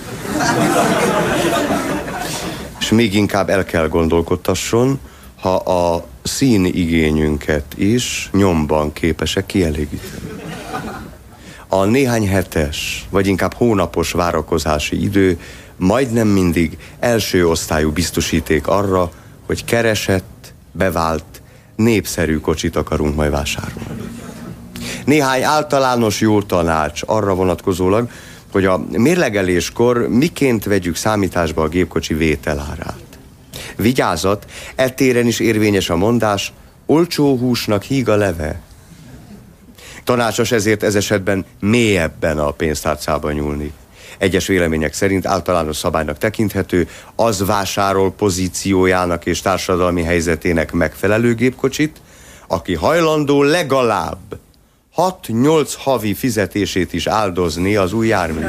És még inkább el kell gondolkodtasson, ha a színigényünket is nyomban képesek kielégíteni. A néhány hetes, vagy inkább hónapos várakozási idő majdnem mindig első osztályú biztosíték arra, hogy keresett, bevált, népszerű kocsit akarunk majd vásárolni. Néhány általános jó tanács arra vonatkozólag, hogy a mérlegeléskor miként vegyük számításba a gépkocsi vételárát. Vigyázat, ettéren is érvényes a mondás, olcsó húsnak híg a leve. Tanácsos ezért ez esetben mélyebben a pénztárcába nyúlni. Egyes vélemények szerint általános szabálynak tekinthető, az vásárol pozíciójának és társadalmi helyzetének megfelelő gépkocsit, aki hajlandó legalább hat-nyolc havi fizetését is áldozni az új jármű.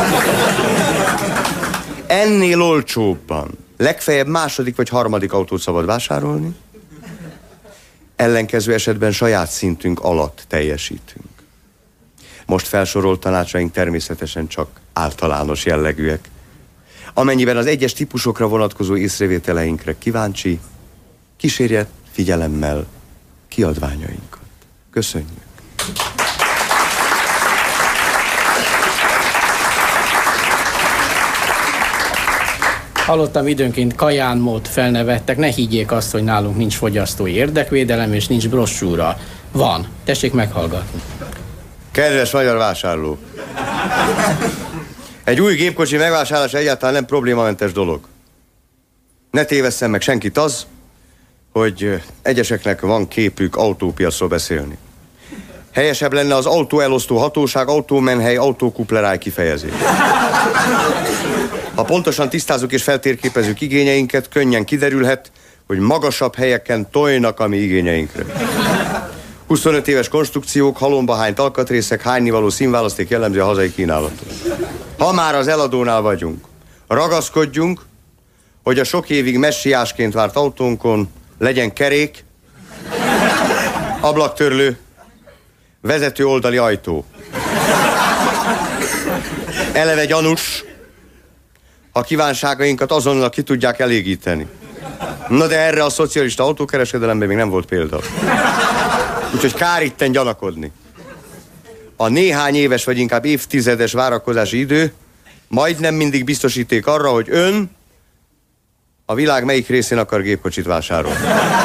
Ennél olcsóbban legfeljebb második vagy harmadik autót szabad vásárolni, ellenkező esetben saját szintünk alatt teljesítünk. Most felsorolt tanácsaink természetesen csak általános jellegűek. Amennyiben az egyes típusokra vonatkozó észrevételeinkre kíváncsi, kísérje figyelemmel kiadványainkat. Köszönjük! Hallottam, időnként kajánmód felnevettek, ne higgyék azt, hogy nálunk nincs fogyasztói érdekvédelem és nincs brossúra. Van. Tessék meghallgatni. Kedves magyar vásárló! Egy új gépkocsi megvásárlása egyáltalán nem problémamentes dolog. Ne tévesszen meg senkit az, hogy egyeseknek van képük autópiacról beszélni. Helyesebb lenne az autóelosztó hatóság, autómenhely, autókupleráj kifejezés. Ha pontosan tisztázunk és feltérképezzük igényeinket, könnyen kiderülhet, hogy magasabb helyeken tojnak a mi igényeinkre. huszonöt éves konstrukciók, halomba hányt alkatrészek, hánynivaló színválaszték jellemzi a hazai kínálatot. Ha már az eladónál vagyunk, ragaszkodjunk, hogy a sok évig messiásként várt autónkon legyen kerék, ablaktörlő, vezető oldali ajtó. Eleve gyanús, ha kívánságainkat azonnal ki tudják elégíteni. Na de erre a szocialista autókereskedelemben még nem volt példa. Úgyhogy kár itten gyanakodni. A néhány éves vagy inkább évtizedes várakozási idő majdnem mindig biztosíték arra, hogy ön a világ melyik részén akar gépkocsit vásárolni.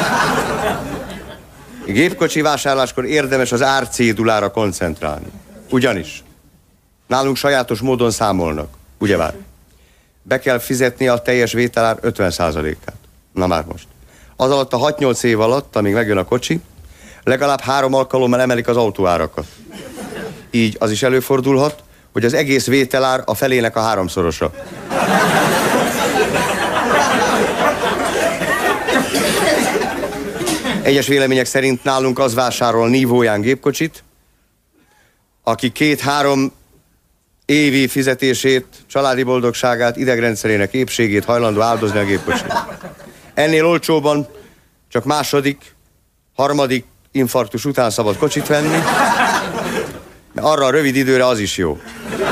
Gépkocsi vásárláskor érdemes az árcédulára koncentrálni. Ugyanis nálunk sajátos módon számolnak, ugyebár. Be kell fizetni a teljes vételár ötven százalékát. Na már most. Az alatt a hat-nyolc év alatt, amíg megjön a kocsi, legalább három alkalommal emelik az autóárakat. Így az is előfordulhat, hogy az egész vételár a felének a háromszorosa. Egyes vélemények szerint nálunk az vásárol nívóján gépkocsit, aki két-három évi fizetését, családi boldogságát, idegrendszerének épségét hajlandó áldozni a gépkocsit. Ennél olcsóban csak második, harmadik infarktus után szabad kocsit venni, mert arra a rövid időre az is jó.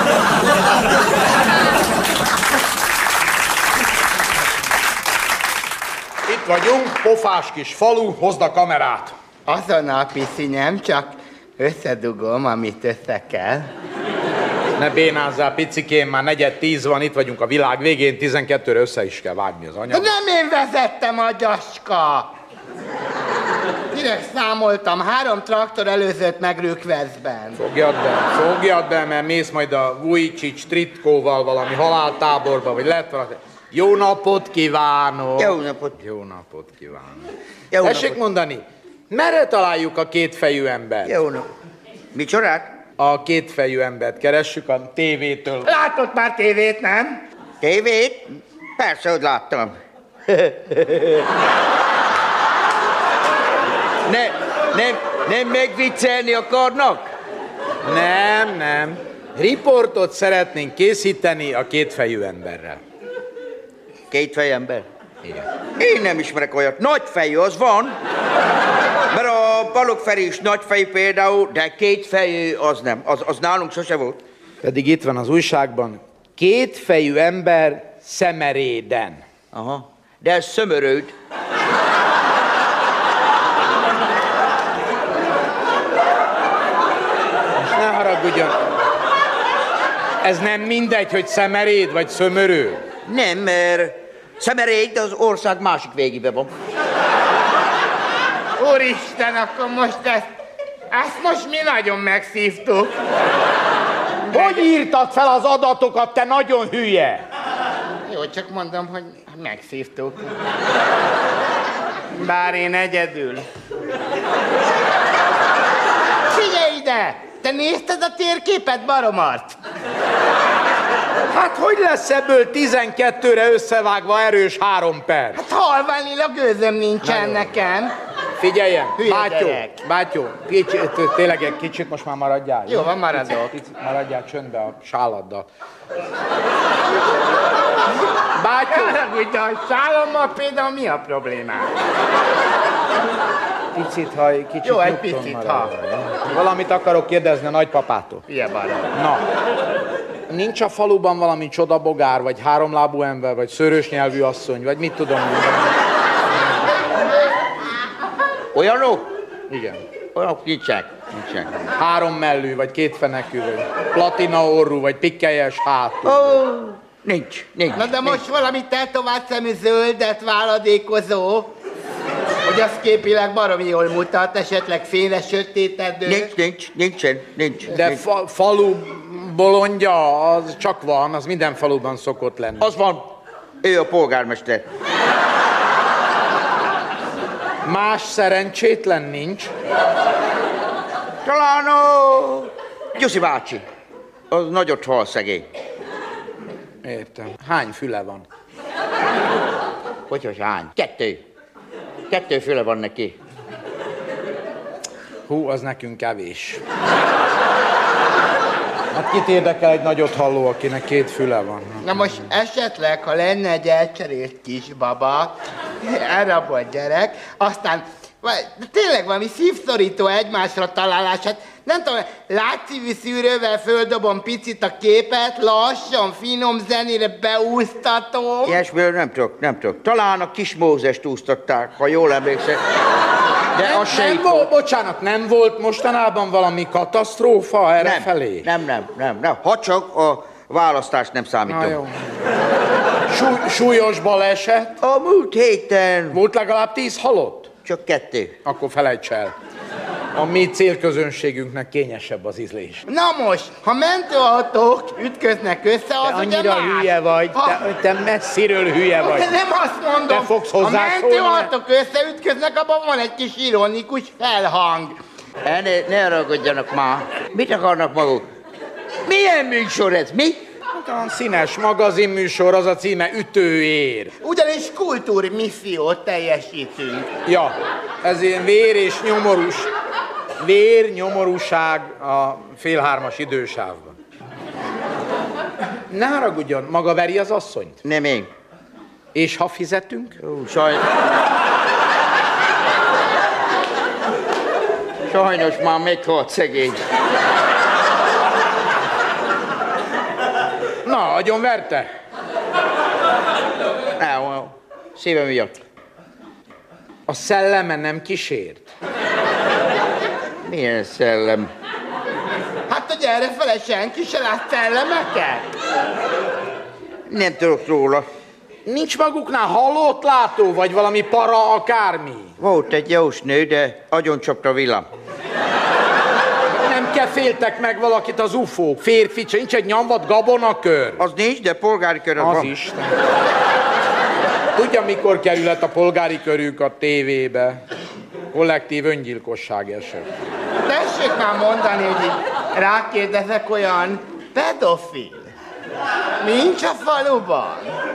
Itt vagyunk, pofás kis falu, hozd a kamerát. Azonnal, Piszinyem, csak összedugom, amit össze kell. Ne bénázzál, picikém, már negyed tíz van, itt vagyunk a világ végén, tizenkettőre össze is kell vágni az anyagot. Nem én vezettem, agyaska! Direkt számoltam, három traktor előzött meg Rükveszben. Fogjad be, fogjad be, mert mész majd a Vujicic Tritkóval valami haláltáborba, vagy lehet valami. Jó napot kívánok! Jó napot! Jó napot kívánok! Jó Tessék napot. mondani, merre találjuk a kétfejű embert? Jó napot! Micsodát? A kétfejű embert keressük a tévétől. Látott már tévét, nem? Tévét? Persze, hogy láttam. ne, nem, nem megviccelni akarnak? Nem, nem. Riportot szeretnénk készíteni a kétfejű emberrel. Kétfejű ember? Igen. Én nem ismerek olyat. Nagyfejű az van. Mert a Balogh Feri is nagyfejű például, de kétfejű az nem. Az, az nálunk sose volt. Pedig itt van az újságban. Kétfejű ember Szemeréden. Aha. De ez Szömörőd. Most ne haragudjon. Ez nem mindegy, hogy Szemeréd vagy Szömörőd? Nem, mert Szemeréd az ország másik végébe van. Úristen, akkor most ezt, ezt most mi nagyon megszívtuk. Hogy írtad fel az adatokat, te nagyon hülye? Jó, csak mondom, hogy megszívtuk. Bár én egyedül. Figyelj ide! Te nézted a térképet, Baromart? Hát hogy lesz ebből tizenkettőre összevágva erős három perc? Hát halványlag gőzöm nincsen nekem. Figyeljen, Hülye bátyó, gyerek. bátyó, kicsit, tényleg egy kicsit most már maradjál. Jó, van, maradok. Kicsit, kicsit maradjál csöndbe a sáladdal. Bátyó! Haragudj, a sálommal például mi a problémám? Picit, ha egy kicsit Jó, egy nyugton picit, maradj. Valamit akarok kérdezni a nagypapától. Ilyen barom. Na, nincs a faluban valami csodabogár, vagy háromlábú ember, vagy szőrös nyelvű asszony, vagy mit tudom mondani? Olyanok? Igen. Olyanok nincsenek. Nincsenek. Három mellű, vagy kétfenekű, vagy platina orrú, vagy pikkelyes hátú. Ó, Nincs, nincs. Na de most nincs. valami tetovált szemű zöldet váladékozó, hogy az képileg baromi jól mutat, esetleg félre sötétedő. Nincs, nincs, nincsen, nincs. De nincs. fa, falu bolondja, az csak van, az minden faluban szokott lenni. Az van, ő a polgármester. Más szerencsétlen nincs. Talán a Gyuszi bácsi. Az nagyot hal szegény. Értem. Hány füle van? Hogy, hogy hány? Kettő. Kettő füle van neki. Hú, az nekünk kevés. Hát kit érdekel egy nagyot halló, akinek két füle van? Na most esetleg, ha lenne egy elcserélt kisbaba, elrabolt gyerek, aztán vagy, de tényleg valami szívszorító egymásra találás, hát nem tudom, látszívű szűrővel földobom picit a képet, lassan, finom zenére beúsztatom. Ilyesmiről nem tudok, nem tudok. Talán a kis Mózest úsztatták, ha jól emlékszek. De nem, az se nem itt volt, volt. bocsánat, nem volt mostanában valami katasztrófa erre Nem, felé? nem, nem, nem, nem. Ha csak a választást nem számítom. Na jó. Súly, súlyos baleset? A múlt héten. Volt legalább tíz halott? Csak kettő. Akkor felejts el. A mi célközönségünknek kényesebb az ízlés. Na most, ha mentőautók ütköznek össze, az Te ugye annyira más. hülye vagy, Ha... te, te messziről hülye vagy. Nem azt mondom, Te fogsz ha hozzászólni. mentőautók összeütköznek, abban van egy kis ironikus felhang. Ne, ne ragadjanak már. Mit akarnak maguk? Milyen műsor ez? Mi? Hát a színes magazinműsor, az a címe Ütőér. Ugyanis kultúrmissziót teljesítünk. Ja, ez ilyen vér és nyomorús. Vér, nyomorúság a félhármas idősávban. Ne haragudjon, maga veri az asszonyt? Nem én. És ha fizetünk? Ó, saj... Sajnos már meghalt szegény. Na, agyon verte? Nem, szíve miatt. A szelleme nem kísért? Milyen szellem? Hát, hogy errefele senki se lát szellemeket? Nem tudok róla. Nincs maguknál halott látó, vagy valami para akármi? Volt egy jósnő, de agyoncsapta villám. Nem keféltek meg valakit az ufók? Férfi, nincs egy nyomvat gabonakör? Az nincs, de polgári kör az, az van. Isten. Tudja, mikor kerülhet a polgári körük a tévébe? Kollektív öngyilkosság eset. Tessék már mondani, hogy így rákérdezek, olyan pedofil nincs a faluban?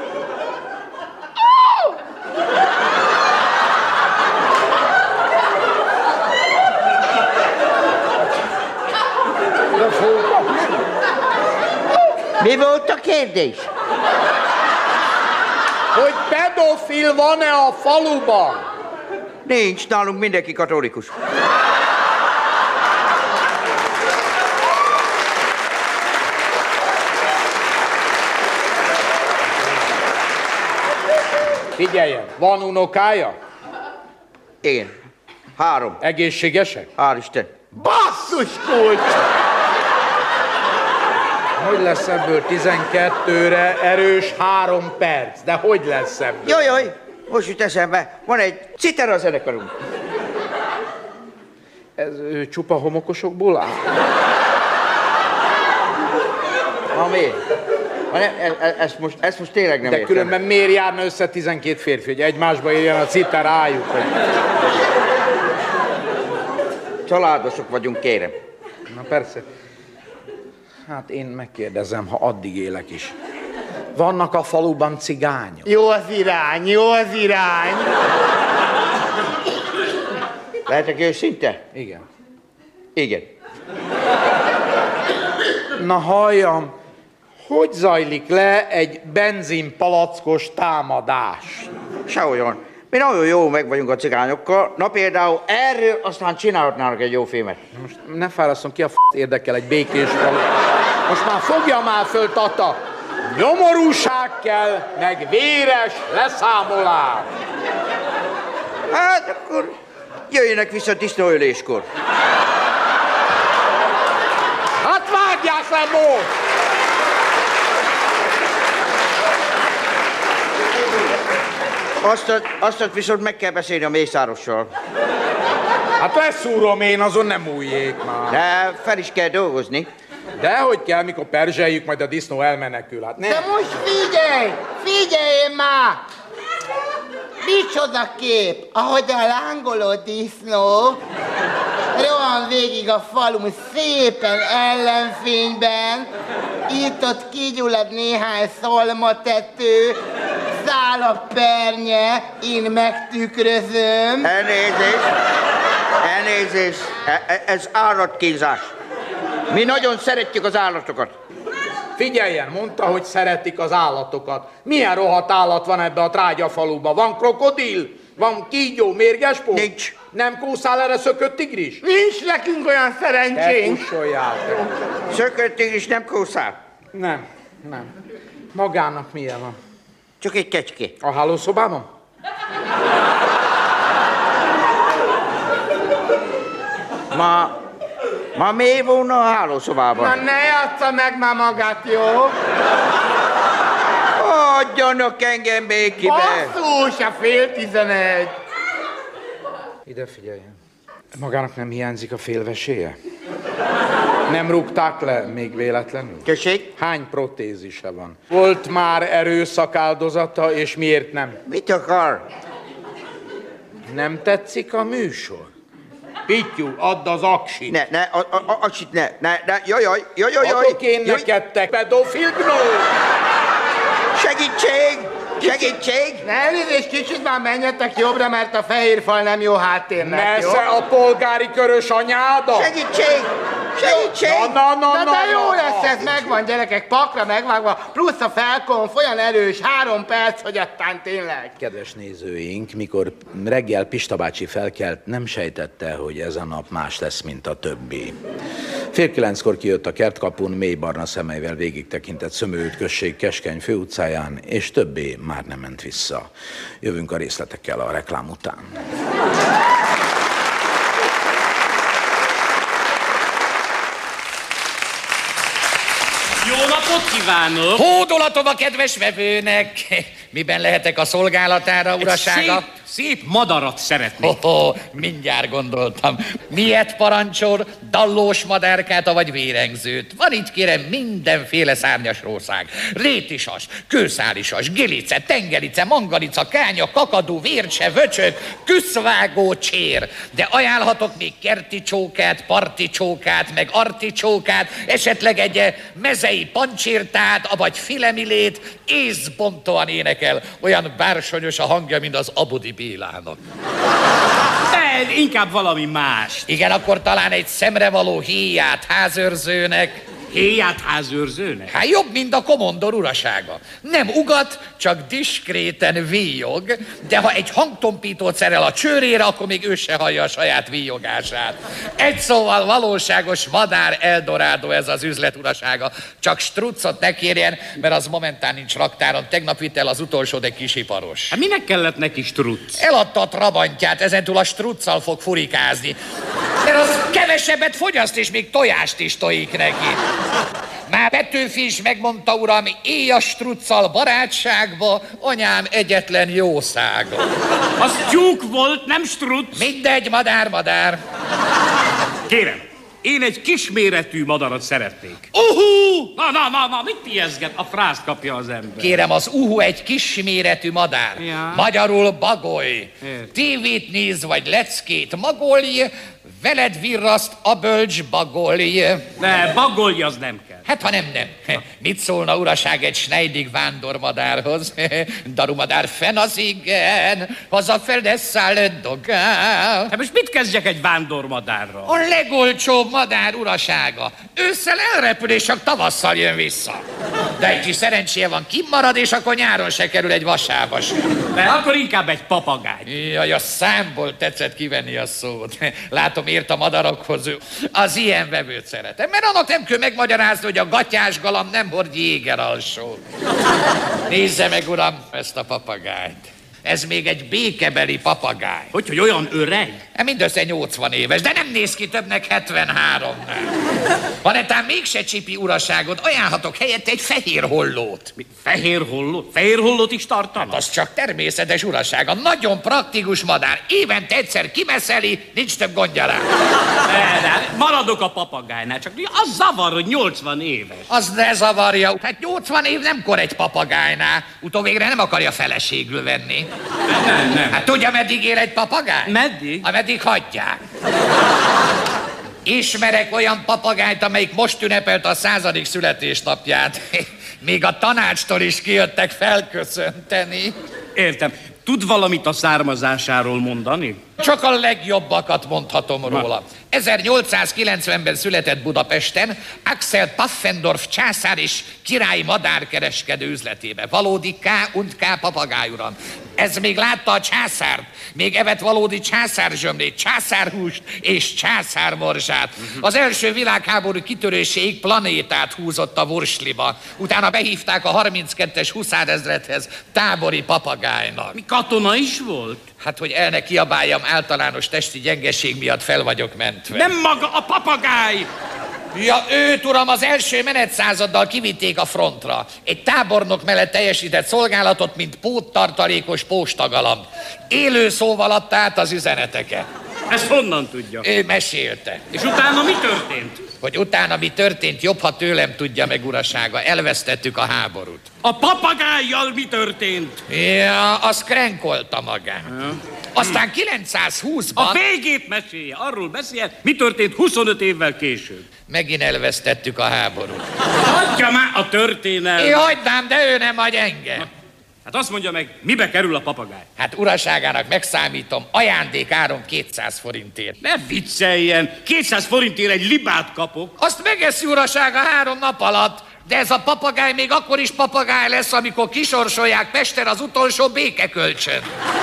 Mi volt a kérdés? Hogy pedofil van-e a faluban? Nincs, nálunk mindenki katolikus. Figyeljen, van unokája? Igen. Három. Egészségesek? Hál' Isten. Basszus kulcs! Hogy lesz ebből tizenkettőre erős három perc? De hogy lesz ebből? Jaj, jaj, most jut eszembe. Van egy citera zenekarunk. Ez ő, csupa homokosokból áll? Na miért? Ez, ez, ez, most, ez most tényleg nem De értem. különben miért járna össze tizenkét férfi, hogy egymásba érjen a citerájuk? Hogy... Családosok vagyunk, kérem. Na persze. Hát én megkérdezem, ha addig élek is. Vannak a faluban cigányok? Jó az irány, jó az irány. Lehetek őszinte? Igen. Igen. Na halljam, hogy zajlik le egy benzinpalackos támadás? Se olyan. Mi nagyon jó meg vagyunk a cigányokkal. Na például erről aztán csinálhatnának egy jó filmet. Most ne fárasszon, ki a f*** érdekel egy békés falu. Most már fogja már föl, Tata. Nyomorúság kell, meg véres leszámolás. Hát akkor jöjjenek vissza disznóöléskor. Hát vágják le most! Azt, azt viszont meg kell beszélni a Mészárossal. Hát leszúrom én, azon nem újjék már. De fel is kell dolgozni. Dehogy kell, mikor perzseljük, majd a disznó elmenekül. Hát nem. De most figyelj! Figyelj már! Micsoda kép, ahogy a lángoló disznó rohan végig a falun szépen ellenfényben, itt-ott kigyullad néhány szalmatető, száll a pernye, én megtükrözöm. Elnézést, elnézést, e- ez állatkínzás. Mi nagyon szeretjük az állatokat. Figyeljen, mondta, hogy szeretik az állatokat. Milyen rohadt állat van ebbe a trágyafaluba? Van krokodil? Van kígyó, mérgespó? Nincs. Nem kószál erre szökött tigris? Nincs nekünk olyan szerencsénk. Te kussoljál. Szökött tigris nem kószál? Nem, nem. Magának milyen van? Csak egy kecske. A hálószobában? Ma... Ma mi volna a hálószobában? Na ne jassza meg már magát, jó? Adjanak engem békibe! Basszus, a fél tizenegy! Ide figyeljen. Magának nem hiányzik a félveséje? Nem rúgták le még véletlenül? Tessék? Hány protézise van? Volt már erőszak áldozata, és miért nem? Mit akar? Nem tetszik a műsor? Pittyú, add az aksit. Ne, ne, a, a, a, aksit ne, ne, ne, jaj, jaj, jaj, jaj, jaj. Adok én neked, te pedofil gnó! Segítség! Segítség! Ne elnézést, kicsit már menjetek jobbra, mert a fehér fal nem jó háttérnek, jó? Nesze a polgári körös anyáda! Segítség! Segítség! Na, na, na, Na, na, de jó na, lesz, na. ez megvan, gyerekek, pakra megvágva, plusz a felkonf olyan erős, három perc, hogy aztán tényleg. Kedves nézőink, mikor reggel Pista bácsi felkelt, nem sejtette, hogy ez a nap más lesz, mint a többi. Fél kilenckor kijött a kertkapun, mély barna szemeivel végig tekintett Szömőült község keskeny főutcáján, és többé már nem ment vissza. Jövünk a részletekkel a reklám után. Jó napot kívánok! Hódolatom a kedves vevőnek! Miben lehetek a szolgálatára, urasága? Szép, szép madarat szeretnék. Oh, oh, mindjárt gondoltam. Miért parancsol? Dallós madárkát, vagy vérengzőt? Van itt, kérem, mindenféle szárnyas rószág. Rétisas, kőszálisas, gilice, tengerice, mangalica, kánya, kakadú, vércse, vöcsök, küszvágó, csér. De ajánlhatok még kerti csókát, parti csókát, meg articsókát, esetleg egy mezei pancsirtát, avagy filemilét, észbontóan énekel. Olyan bársonyos a hangja, mint az Abudi Bélának. De inkább valami más. Igen, akkor talán egy szemrevaló héját házőrzőnek. Héját házőrzőnek? Hát jobb, mint a komondor urasága. Nem ugat, csak diskréten víjog, de ha egy hangtompítót szerel a csőrére, akkor még ő se hallja a saját víjogását. Egy szóval valóságos madár eldorádó ez az üzlet urasága. Csak struccot ne kérjen, mert az momentán nincs raktáron. Tegnap vitt el az utolsó, de kisiparos. Hát minek kellett neki strucc? Eladta a trabantját, ezentúl a struccal fog furikázni. Mert az kevesebbet fogyaszt, és még tojást is tojik neki. Már Petőfi is megmondta, uram, éj a struccal barátságba, anyám egyetlen jószága. Az tyúk volt, nem struc. Mindegy, madár, madár. Kérem, én egy kisméretű madarat szeretnék. Uhú! Na, na, na, na, mit ijeszget? A frászt kapja az ember. Kérem, az uhu egy kisméretű madár. Ja. Magyarul bagoly. Ért. Tévét néz, vagy leckét magolj, veled virraszt a bölcs bagolj. Ne, bagolj az nem kell. Hát, ha nem, nem. Mit szólna, uraság, egy snejdig vándormadárhoz? Darumadár fenn az igen, hazafelde száll dogál. Hát most mit kezdjek egy vándormadárral? A legolcsóbb madár, urasága. Ősszel elrepül, és csak tavasszal jön vissza. De egy kis szerencséje van, kimarad, és akkor nyáron se kerül egy vasába sem. De akkor inkább egy papagáj. Jaj, a számból tetszett kivenni a szót. Látom, ért a madarakhoz. Az ilyen vevőt szeretem, mert annak nem kell megmagyarázni, hogy a gatyás galamb nem hord jéger alsót. Nézze meg, uram, ezt a papagájt. Ez még egy békebeli papagáj. Hogy, hogy olyan öreg? Mindössze nyolcvan éves, de nem néz ki többnek hetvenháromnál. Ha netán mégse csipi uraságod, ajánlhatok helyette egy fehér hollót. Mi, fehér hollót? Fehér hollót is tartanak? Hát az csak természetes urasága. Nagyon praktikus madár. Évente egyszer kimeszeli, nincs több gondja rá. De, de, maradok a papagájnál, csak az zavar, hogy nyolcvan éves. Az ne zavarja. Hát nyolcvan év nem kor egy papagájnál. Utóvégre nem akarja feleségül venni. Nem, nem. Hát tudja, meddig él egy papagáj? Meddig? Ameddig hagyják. Ismerek olyan papagájt, amelyik most ünnepelte a századik születésnapját. Még a tanácstól is kijöttek felköszönteni. Értem. Tud valamit a származásáról mondani? Csak a legjobbakat mondhatom róla. ezernyolcszázkilencvenben született Budapesten, Axel Pfaffendorf császár és királyi madárkereskedő üzletébe. Valódi K und K papagáj, uram. Ez még látta a császárt, még evett valódi császárzsömlét, császárhúst és császármorzsát. Az első világháború kitöréséig planétát húzott a vursliba. Utána behívták a harminckettes huszárezredhez tábori papagájnak. Mi katona is volt? Hát, hogy el ne kiabáljam, általános testi gyengeség miatt fel vagyok mentve. Nem maga a papagáj! Ja, őt, uram, az első menetszázaddal kivitték a frontra. Egy tábornok mellett teljesített szolgálatot, mint póttartalékos postagalamb. Élő szóval adta át az üzeneteket. Ezt honnan tudja? Ő mesélte. És utána mi történt? Hogy utána mi történt, jobb, ha tőlem tudja meg, urasága. Elvesztettük a háborút. A papagájjal mi történt? Ja, az krenkolta magát. Ja. Aztán kilencszázhúszban... A végét mesélje, arról beszél, mi történt huszonöt évvel később. Megint elvesztettük a háborút. Hagyja már a történelmet. Én hagynám, de ő nem hagy engem. Hát azt mondja meg, mibe kerül a papagáj? Hát uraságának megszámítom, ajándékáron kétszáz forintért. Ne vicceljen, kétszáz forintért egy libát kapok. Azt megeszi urasága három nap alatt, de ez a papagáj még akkor is papagáj lesz, amikor kisorsolják Pesten az utolsó békekölcsön.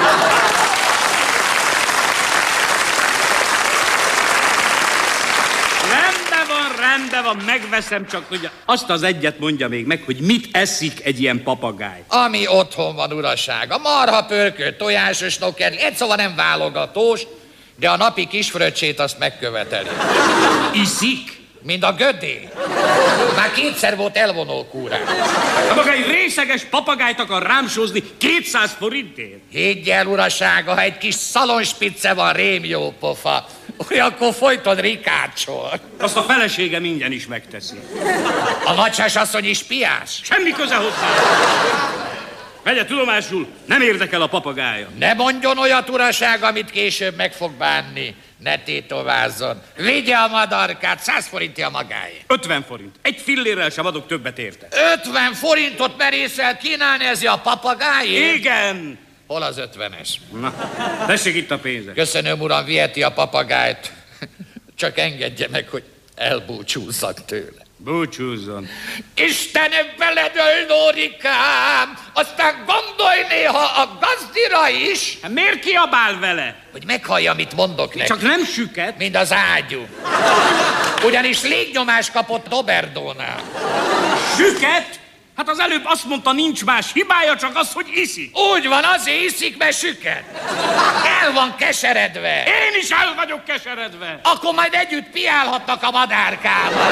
Rendben van, rendben van, megveszem, csak hogy azt az egyet mondja még meg, hogy mit eszik egy ilyen papagáj. Ami otthon van, urasága. Marha, pörkölt, tojásos nokerli, egy szóval nem válogatós, de a napi kisfröccsét azt megköveteli. Iszik? Mint a gödé. Már kétszer volt elvonó kúrán. A maga egy részeges papagájt akar rámsózni kétszáz forintért? Higgy el, urasága, ha egy kis szalonspicce van, rém jó pofa, olyankor folyton rikácsol. Azt a felesége minden is megteszi. A nagysás asszony is piás? Semmi köze hozzá. Vegye tudomásul, nem érdekel a papagája. Ne mondjon olyat, uraság, amit később meg fog bánni. Ne tétovázzon. Vigye a madarkát, száz forintja a magáé. ötven forint. Egy fillérrel sem adok többet érte. ötven forintot merészel kínálni, ez a papagájé? Igen. Hol az ötvenes? Na, tessék itt a pénzek. Köszönöm, uram, viheti a papagájt. Csak engedje meg, hogy elbúcsúzzak tőle. Búcsúzzon. Istenem, beledöl, Nórikám! Aztán gondolj néha a gazdira is! Hát miért kiabál vele? Hogy meghallja, mit mondok neki. Csak nem süket. Mint az ágyú. Ugyanis légnyomás kapott Doberdónál. Süket? Hát az előbb azt mondta, nincs más hibája, csak az, hogy iszik. Úgy van, azért iszik, mert süket. El van keseredve. Én is el vagyok keseredve. Akkor majd együtt piálhatnak a madárkával.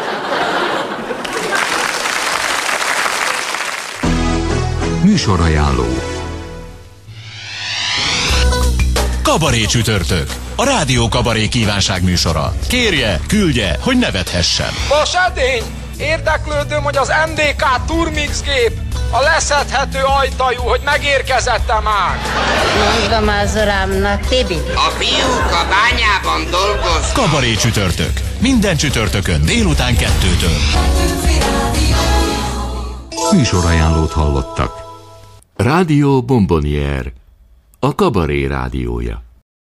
Műsorajánló. Kabaré csütörtök. A Rádió Kabaré kívánság műsora. Kérje, küldje, hogy nevethessen. Vas edény! Érdeklődöm, hogy az em dé ká Turmix gép, a leszedhető ajtajú, hogy megérkezette már. Mondom az uramnak, Tibi. A fiúk a bányában dolgoznak. Kabaré csütörtök. Minden csütörtökön délután kettőtől. Műsorajánlót hallottak. Rádió Bombonier, a Kabaré rádiója.